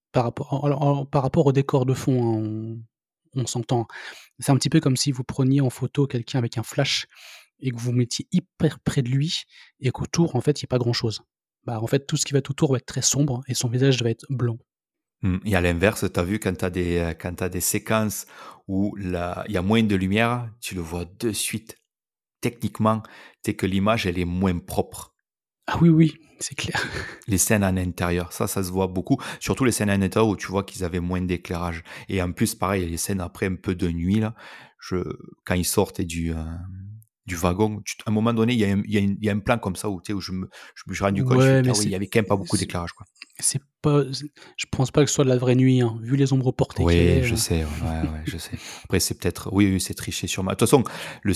Speaker 2: par rapport au décor de fond, hein, on s'entend. C'est un petit peu comme si vous preniez en photo quelqu'un avec un flash et que vous vous mettiez hyper près de lui et qu'autour, en fait, il y a pas grand chose. Bah, en fait, tout ce qui va être autour va être très sombre et son visage va être blanc.
Speaker 1: Et à l'inverse, t'as vu quand t'as des séquences où il y a moins de lumière, tu le vois de suite. Techniquement, c'est que l'image, elle est moins propre.
Speaker 2: Ah oui, oui, c'est clair.
Speaker 1: Les scènes en intérieur, ça se voit beaucoup. Surtout les scènes en intérieur où tu vois qu'ils avaient moins d'éclairage. Et en plus, pareil, les scènes après un peu de nuit, là, quand ils sortent du wagon, à un moment donné, il y a un plan comme ça où, tu sais, où je me suis rendu compte, je fais,
Speaker 2: Ouais, mais
Speaker 1: ah oui, il y avait quand même pas beaucoup
Speaker 2: c'est
Speaker 1: d'éclairage, quoi.
Speaker 2: c'est pas je pense pas que ce soit de la vraie nuit, hein. Vu les ombres portées qu'elle
Speaker 1: Oui,
Speaker 2: est,
Speaker 1: je sais, ouais, ouais, je sais. Après, c'est peut-être, oui, oui, c'est triché sur moi. De toute façon,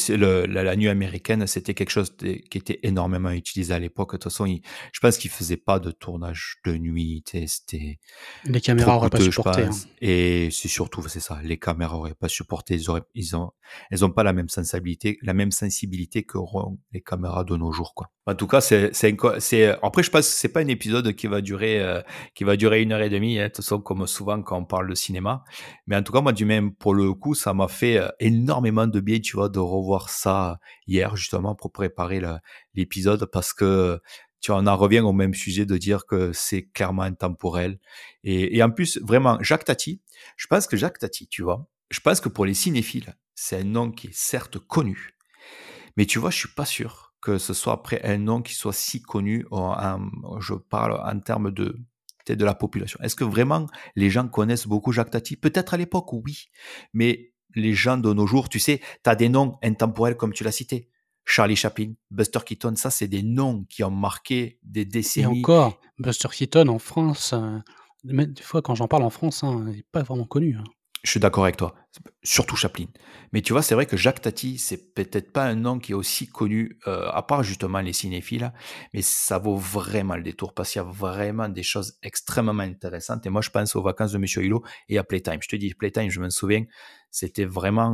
Speaker 1: la nuit américaine, c'était quelque chose qui était énormément utilisé à l'époque. De toute façon, je pense qu'ils faisaient pas de tournage de nuit, tu sais, c'était
Speaker 2: les
Speaker 1: trop
Speaker 2: caméras auraient pas
Speaker 1: coûteux, je
Speaker 2: supporté, hein.
Speaker 1: pense. Et c'est surtout, c'est ça, les caméras auraient pas supporté, elles ont pas la même sensibilité qu'auront les caméras de nos jours, quoi. En tout cas, après, je pense que c'est pas un épisode qui va durer 1 heure et demie, hein, de toute façon, comme souvent quand on parle de cinéma. Mais en tout cas, moi, du même, pour le coup, ça m'a fait énormément de bien, tu vois, de revoir ça hier, justement, pour préparer l'épisode, parce que, tu vois, on en revient au même sujet de dire que c'est clairement intemporel. Et en plus, vraiment, Jacques Tati, je pense que Jacques Tati, tu vois, je pense que pour les cinéphiles, c'est un nom qui est certes connu, mais tu vois, je suis pas sûr que ce soit après un nom qui soit si connu, je parle en termes de, peut-être de la population. Est-ce que vraiment les gens connaissent beaucoup Jacques Tati? Peut-être à l'époque, oui, mais les gens de nos jours, tu sais, tu as des noms intemporels comme tu l'as cité. Charlie Chaplin, Buster Keaton, ça c'est des noms qui ont marqué des
Speaker 2: Et
Speaker 1: décennies.
Speaker 2: encore, Buster Keaton en France, même des fois quand j'en parle en France, hein, il est pas vraiment connu, hein.
Speaker 1: Je suis d'accord avec toi, surtout Chaplin. Mais tu vois, c'est vrai que Jacques Tati, c'est peut-être pas un nom qui est aussi connu, à part justement les cinéphiles, mais ça vaut vraiment le détour parce qu'il y a vraiment des choses extrêmement intéressantes. Et moi, je pense aux Vacances de Monsieur Hulot et à Playtime. Je te dis, Playtime, je me souviens, c'était vraiment,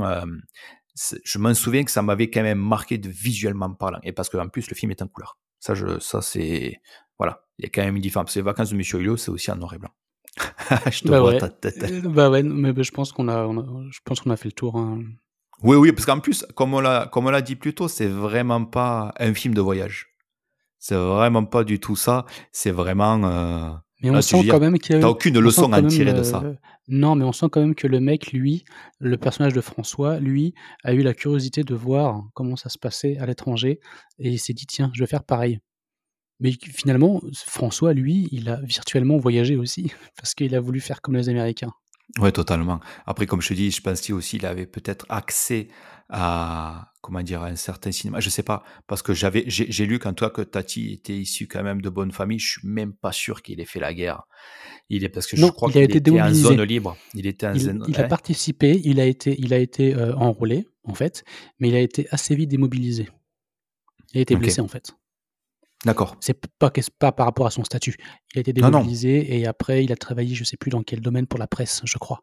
Speaker 1: je m'en souviens que ça m'avait quand même marqué visuellement parlant. Et parce qu'en plus, le film est en couleur. Ça c'est, voilà, il y a quand même une différence. Parce que les Vacances de Monsieur Hulot, c'est aussi en noir et blanc. Je te
Speaker 2: Bah
Speaker 1: vois
Speaker 2: ouais,
Speaker 1: ta tête.
Speaker 2: bah ouais, mais je pense je pense qu'on a fait le tour, hein.
Speaker 1: Oui, oui, parce qu'en plus, comme on l'a dit plus tôt, c'est vraiment pas un film de voyage. C'est vraiment pas du tout ça. C'est vraiment,
Speaker 2: Mais on
Speaker 1: là, je veux
Speaker 2: sent
Speaker 1: dire,
Speaker 2: quand même
Speaker 1: t'as
Speaker 2: que
Speaker 1: aucune
Speaker 2: on sent
Speaker 1: leçon à
Speaker 2: quand
Speaker 1: en
Speaker 2: même,
Speaker 1: tirer de ça.
Speaker 2: non, mais on sent quand même que le mec, lui, le personnage de François, lui, a eu la curiosité de voir comment ça se passait à l'étranger et il s'est dit: «Tiens, je vais faire pareil». Mais finalement, François, lui, il a virtuellement voyagé aussi parce qu'il a voulu faire comme les Américains.
Speaker 1: Ouais, totalement. Après, comme je te dis, je pense qu'il aussi, il avait peut-être accès à, comment dire, à un certain cinéma. Je sais pas, parce que j'ai lu qu'en toi que Tati était issu quand même de bonne famille. Je suis même pas sûr qu'il ait fait la guerre. Parce que je
Speaker 2: Non,
Speaker 1: crois
Speaker 2: il a
Speaker 1: qu'il
Speaker 2: été
Speaker 1: était en
Speaker 2: démobilisé.
Speaker 1: zone libre. Il était en zone,
Speaker 2: Il a
Speaker 1: hein?
Speaker 2: participé, il a été, enrôlé, en fait, mais il a été assez vite démobilisé. Il a été
Speaker 1: Ok,
Speaker 2: blessé, en fait.
Speaker 1: d'accord.
Speaker 2: C'est pas par rapport à son statut. Il a été
Speaker 1: Non, non.
Speaker 2: démobilisé et après il a travaillé, je sais plus dans quel domaine, pour la presse, je crois,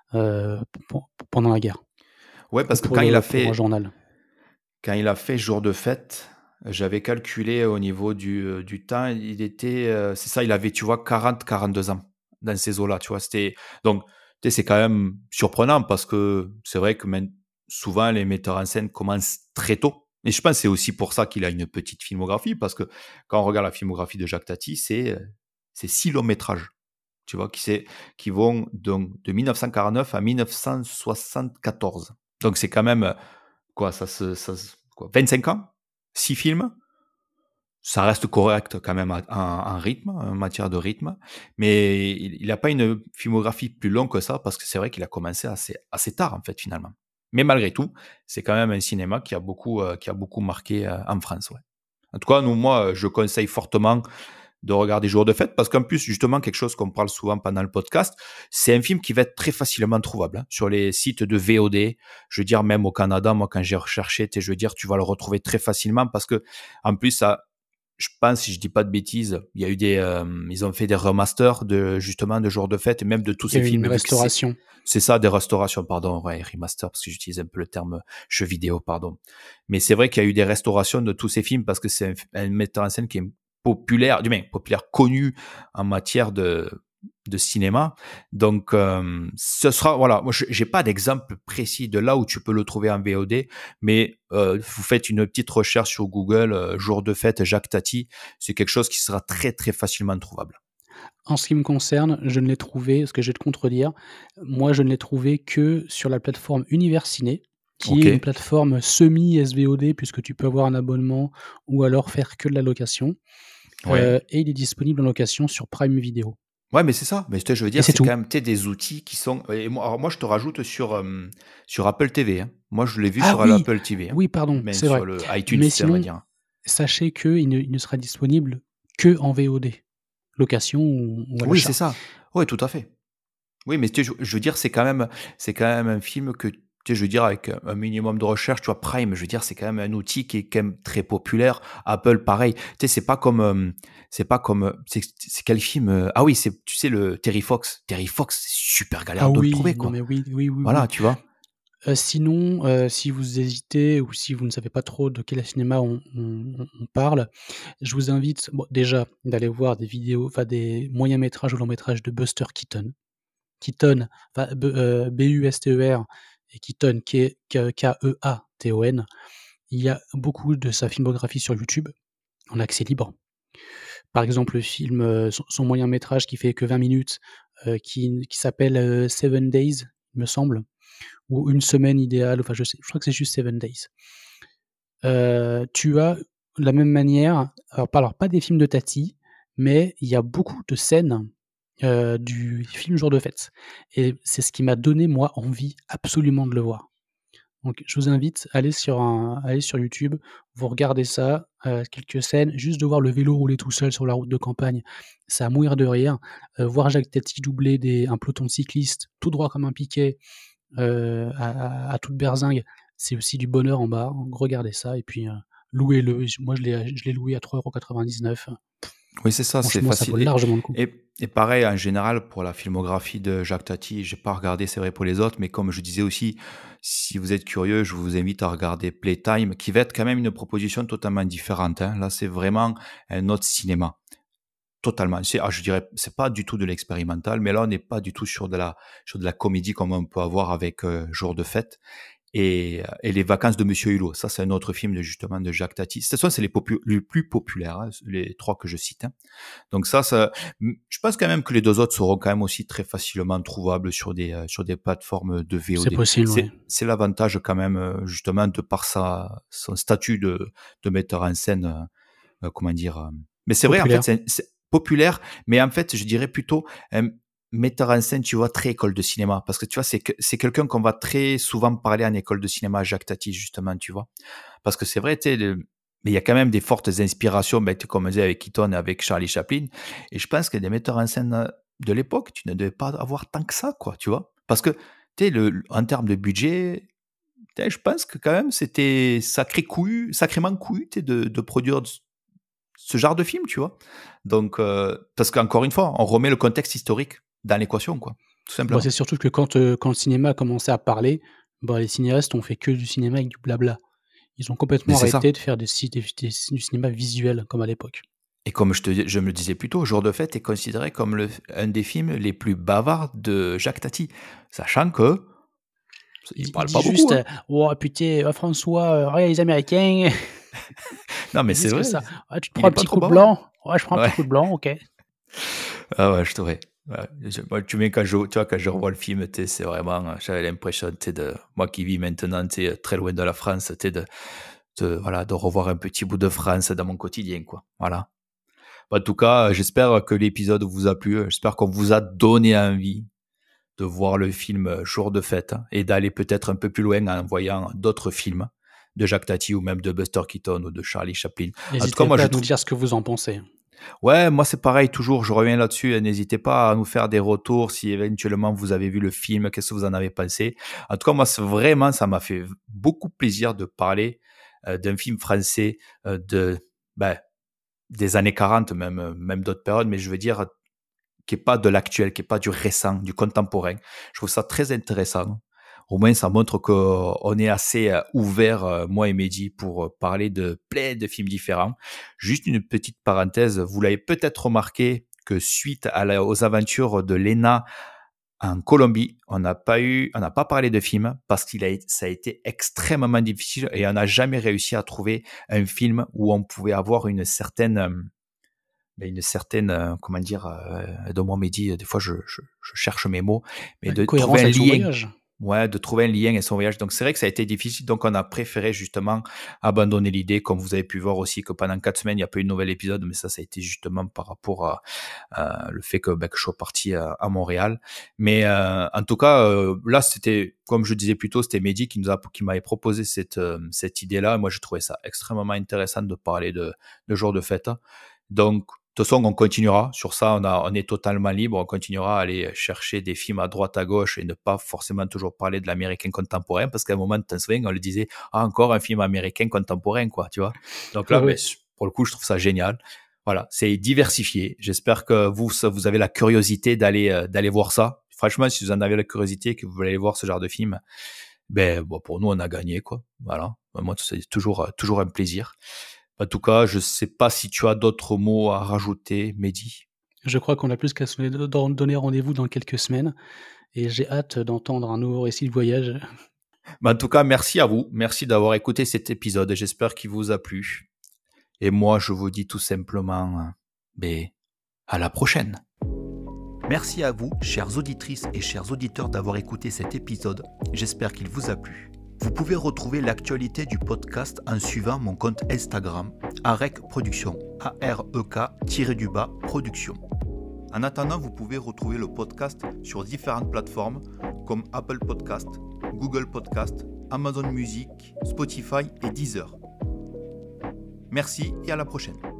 Speaker 2: pendant la guerre
Speaker 1: Ouais,
Speaker 2: ou
Speaker 1: parce que quand il a
Speaker 2: pour un
Speaker 1: fait,
Speaker 2: journal.
Speaker 1: Quand il a fait jour de fête, j'avais calculé au niveau du temps, c'est ça, il avait, tu vois, 42 ans dans ces eaux-là, tu vois. Donc, tu sais, c'est quand même surprenant parce que c'est vrai que souvent les metteurs en scène commencent très tôt. Et je pense que c'est aussi pour ça qu'il a une petite filmographie, parce que quand on regarde la filmographie de Jacques Tati, c'est 6 longs métrages, tu vois, qui vont donc de 1949 à 1974. Donc c'est quand même, quoi, 25 ans, 6 films, ça reste correct quand même en rythme, en matière de rythme, mais il n'a pas une filmographie plus longue que ça, parce que c'est vrai qu'il a commencé assez tard, en fait, finalement. Mais malgré tout, c'est quand même un cinéma qui a beaucoup marqué en France, ouais. En tout cas, moi, je conseille fortement de regarder Jour de fête, parce qu'en plus, justement, quelque chose qu'on parle souvent pendant le podcast, c'est un film qui va être très facilement trouvable sur les sites de VOD. Je veux dire, même au Canada, moi, quand j'ai recherché, je veux dire, tu vas le retrouver très facilement parce que, en plus, ça, je pense, si je dis pas de bêtises, il y a eu ils ont fait des remasters justement de Jour de fête, et même de tous ces films.
Speaker 2: Une restauration.
Speaker 1: C'est ça, des restaurations, pardon, ouais, remaster, parce que j'utilise un peu le terme jeu vidéo, pardon. Mais c'est vrai qu'il y a eu des restaurations de tous ces films parce que c'est un metteur en scène qui est populaire, connu en matière de cinéma. Donc, ce sera, voilà, moi, j'ai pas d'exemple précis de là où tu peux le trouver en VOD, mais vous faites une petite recherche sur Google, Jour de fête, Jacques Tati, c'est quelque chose qui sera très, très facilement trouvable.
Speaker 2: En ce qui me concerne, je ne l'ai trouvé, ce que je vais te contredire, moi je ne l'ai trouvé que sur la plateforme Univers Ciné, qui est une plateforme semi-SVOD, puisque tu peux avoir un abonnement ou alors faire que de la location.
Speaker 1: Ouais.
Speaker 2: Et il est disponible en location sur Prime Video.
Speaker 1: Ouais, mais c'est ça. Mais je veux dire,
Speaker 2: c'est
Speaker 1: c'est
Speaker 2: tout.
Speaker 1: quand même des outils qui sont. Et moi, je te rajoute sur Apple TV. Hein. Moi, je l'ai vu sur
Speaker 2: oui.
Speaker 1: Apple TV. Hein.
Speaker 2: Oui, pardon,
Speaker 1: Même
Speaker 2: c'est
Speaker 1: sur
Speaker 2: vrai.
Speaker 1: le iTunes,
Speaker 2: Mais
Speaker 1: on
Speaker 2: sinon,
Speaker 1: va dire.
Speaker 2: Sachez qu'il ne sera disponible que en VOD. Location ou à
Speaker 1: Oui,
Speaker 2: l'achat.
Speaker 1: c'est ça. Oui, tout à fait. Oui, mais je veux dire, c'est quand même un film que, je veux dire, avec un minimum de recherche, tu vois, Prime, je veux dire, c'est quand même un outil qui est quand même très populaire. Apple, pareil. Tu sais, c'est quel film? Ah oui, tu sais, le Terry Fox. Terry Fox, c'est super galère de le trouver, quoi.
Speaker 2: Non, mais oui.
Speaker 1: Voilà, tu vois.
Speaker 2: Sinon, si vous hésitez ou si vous ne savez pas trop de quel cinéma on parle, je vous invite déjà d'aller voir des vidéos, des moyens métrages ou longs métrages de Buster Keaton. Keaton, B-U-S-T-E-R, et Keaton, K-E-A-T-O-N. Il y a beaucoup de sa filmographie sur YouTube, en accès libre. Par exemple, le film, son moyen métrage qui fait que 20 minutes, qui s'appelle 7 Days, il me semble, ou Une semaine idéale, je crois que c'est juste 7 Days. Tu as de la même manière, alors pas des films de Tati, mais il y a beaucoup de scènes du film Jour de fête. Et c'est ce qui m'a donné, moi, envie absolument de le voir. Donc je vous invite à aller sur YouTube, vous regardez ça, quelques scènes, juste de voir le vélo rouler tout seul sur la route de campagne, c'est à mourir de rire. Voir Jacques Tati doubler un peloton de cyclistes, tout droit comme un piquet, à toute berzingue, c'est aussi du bonheur en bas. Regardez ça et puis louez-le. Moi je l'ai loué à 3,99 €.
Speaker 1: Oui, c'est ça, c'est
Speaker 2: Franchement, ça
Speaker 1: facile.
Speaker 2: vaut largement le coup.
Speaker 1: Et pareil, en général, pour la filmographie de Jacques Tati, j'ai pas regardé, c'est vrai pour les autres, mais comme je disais aussi, si vous êtes curieux, je vous invite à regarder Playtime, qui va être quand même une proposition totalement différente. Hein. Là, c'est vraiment un autre cinéma. Totalement. Je dirais, c'est pas du tout de l'expérimental, mais là, on n'est pas du tout sur de la comédie comme on peut avoir avec Jour de fête. Et Les vacances de Monsieur Hulot. Ça, c'est un autre film de Jacques Tati. De toute façon, c'est les plus populaires, hein, les trois que je cite. Hein. Donc ça, je pense quand même que les deux autres seront quand même aussi très facilement trouvables sur des plateformes de VOD.
Speaker 2: C'est possible, oui.
Speaker 1: C'est l'avantage quand même, justement, de par son statut de metteur en scène, comment dire. Mais c'est vrai, en fait, c'est populaire, mais en fait, je dirais plutôt metteur en scène, tu vois, très école de cinéma. Parce que tu vois, c'est quelqu'un qu'on va très souvent parler en école de cinéma, Jacques Tati, justement, tu vois. Parce que c'est vrai, mais il y a quand même des fortes inspirations, comme on disait avec Keaton et avec Charlie Chaplin. Et je pense que des metteurs en scène de l'époque, tu ne devais pas avoir tant que ça, quoi, tu vois. Parce que, en termes de budget, je pense que quand même, c'était sacrément couillu, de produire ce genre de film, tu vois. Donc, parce qu'encore une fois, on remet le contexte historique dans l'équation, quoi, tout simplement.
Speaker 2: C'est surtout que quand le cinéma a commencé à parler, les cinéastes ont fait que du cinéma avec du blabla. Ils ont complètement arrêté de faire du cinéma visuel comme à l'époque.
Speaker 1: Et comme je me le disais plus tôt, Jour de fête est considéré comme un des films les plus bavards de Jacques Tati, sachant que il parle pas beaucoup.
Speaker 2: Juste, oh putain, François, regarde les Américains.
Speaker 1: Non, mais c'est vrai.
Speaker 2: Ça. Ouais, tu te prends un petit coup de blanc. Ouais, je prends un petit coup de blanc, ok.
Speaker 1: Ah ouais, je t'aurais. Ouais. Tu vois, quand je revois le film, c'est vraiment, j'avais l'impression, moi qui vis maintenant, très loin de la France, de revoir un petit bout de France dans mon quotidien, quoi. Voilà. En tout cas, j'espère que l'épisode vous a plu. J'espère qu'on vous a donné envie de voir le film Jour de fête, hein, et d'aller peut-être un peu plus loin en voyant d'autres films de Jacques Tati ou même de Buster Keaton ou de Charlie Chaplin.
Speaker 2: N'hésitez pas à nous dire ce que vous en pensez.
Speaker 1: Ouais, moi c'est pareil, toujours, je reviens là-dessus. N'hésitez pas à nous faire des retours si éventuellement vous avez vu le film, qu'est-ce que vous en avez pensé. En tout cas, moi, vraiment, ça m'a fait beaucoup plaisir de parler d'un film français ben, des années 40, même d'autres périodes, mais je veux dire, qui est pas de l'actuel, qui est pas du récent, du contemporain. Je trouve ça très intéressant. Au moins, ça montre qu'on est assez ouvert, moi et Mehdi, pour parler de plein de films différents. Juste une petite parenthèse, vous l'avez peut-être remarqué que suite aux aventures de Lena en Colombie, on n'a pas parlé de film parce ça a été extrêmement difficile et on n'a jamais réussi à trouver un film où on pouvait avoir une certaine, comment dire, de moi Mehdi, des fois je cherche mes mots, mais de
Speaker 2: Cohérence
Speaker 1: trouver un
Speaker 2: avec son
Speaker 1: lien.
Speaker 2: voyage.
Speaker 1: Ouais, de trouver un lien et son voyage. Donc, c'est vrai que ça a été difficile. Donc, on a préféré justement abandonner l'idée. Comme vous avez pu voir aussi que pendant 4 semaines, il n'y a pas eu de nouvel épisode. Mais ça a été justement par rapport à le fait que je sois parti à Montréal. Mais en tout cas, là, c'était, comme je disais plus tôt, c'était Mehdi qui m'avait proposé cette idée-là. Et moi, je trouvais ça extrêmement intéressant de parler de jour de fête. Donc, de toute façon, on continuera. Sur ça, on est totalement libre. On continuera à aller chercher des films à droite, à gauche et ne pas forcément toujours parler de l'américain contemporain parce qu'à un moment, tu te souviens, on le disait, encore un film américain contemporain, quoi, tu vois. Donc là,
Speaker 2: Oui.
Speaker 1: pour le coup, je trouve ça génial. Voilà, c'est diversifié. J'espère que vous avez la curiosité d'aller voir ça. Franchement, si vous en avez la curiosité et que vous voulez aller voir ce genre de film, pour nous, on a gagné, quoi. Voilà. Moi, c'est toujours un plaisir. En tout cas, je ne sais pas si tu as d'autres mots à rajouter, Mehdi.
Speaker 2: Je crois qu'on a plus qu'à se donner rendez-vous dans quelques semaines et j'ai hâte d'entendre un nouveau récit de voyage.
Speaker 1: En tout cas, merci à vous. Merci d'avoir écouté cet épisode. J'espère qu'il vous a plu. Et moi, je vous dis tout simplement, à la prochaine. Merci à vous, chères auditrices et chers auditeurs, d'avoir écouté cet épisode. J'espère qu'il vous a plu. Vous pouvez retrouver l'actualité du podcast en suivant mon compte Instagram, AREK Production, AREK-Production. En attendant, vous pouvez retrouver le podcast sur différentes plateformes comme Apple Podcast, Google Podcast, Amazon Music, Spotify et Deezer. Merci et à la prochaine.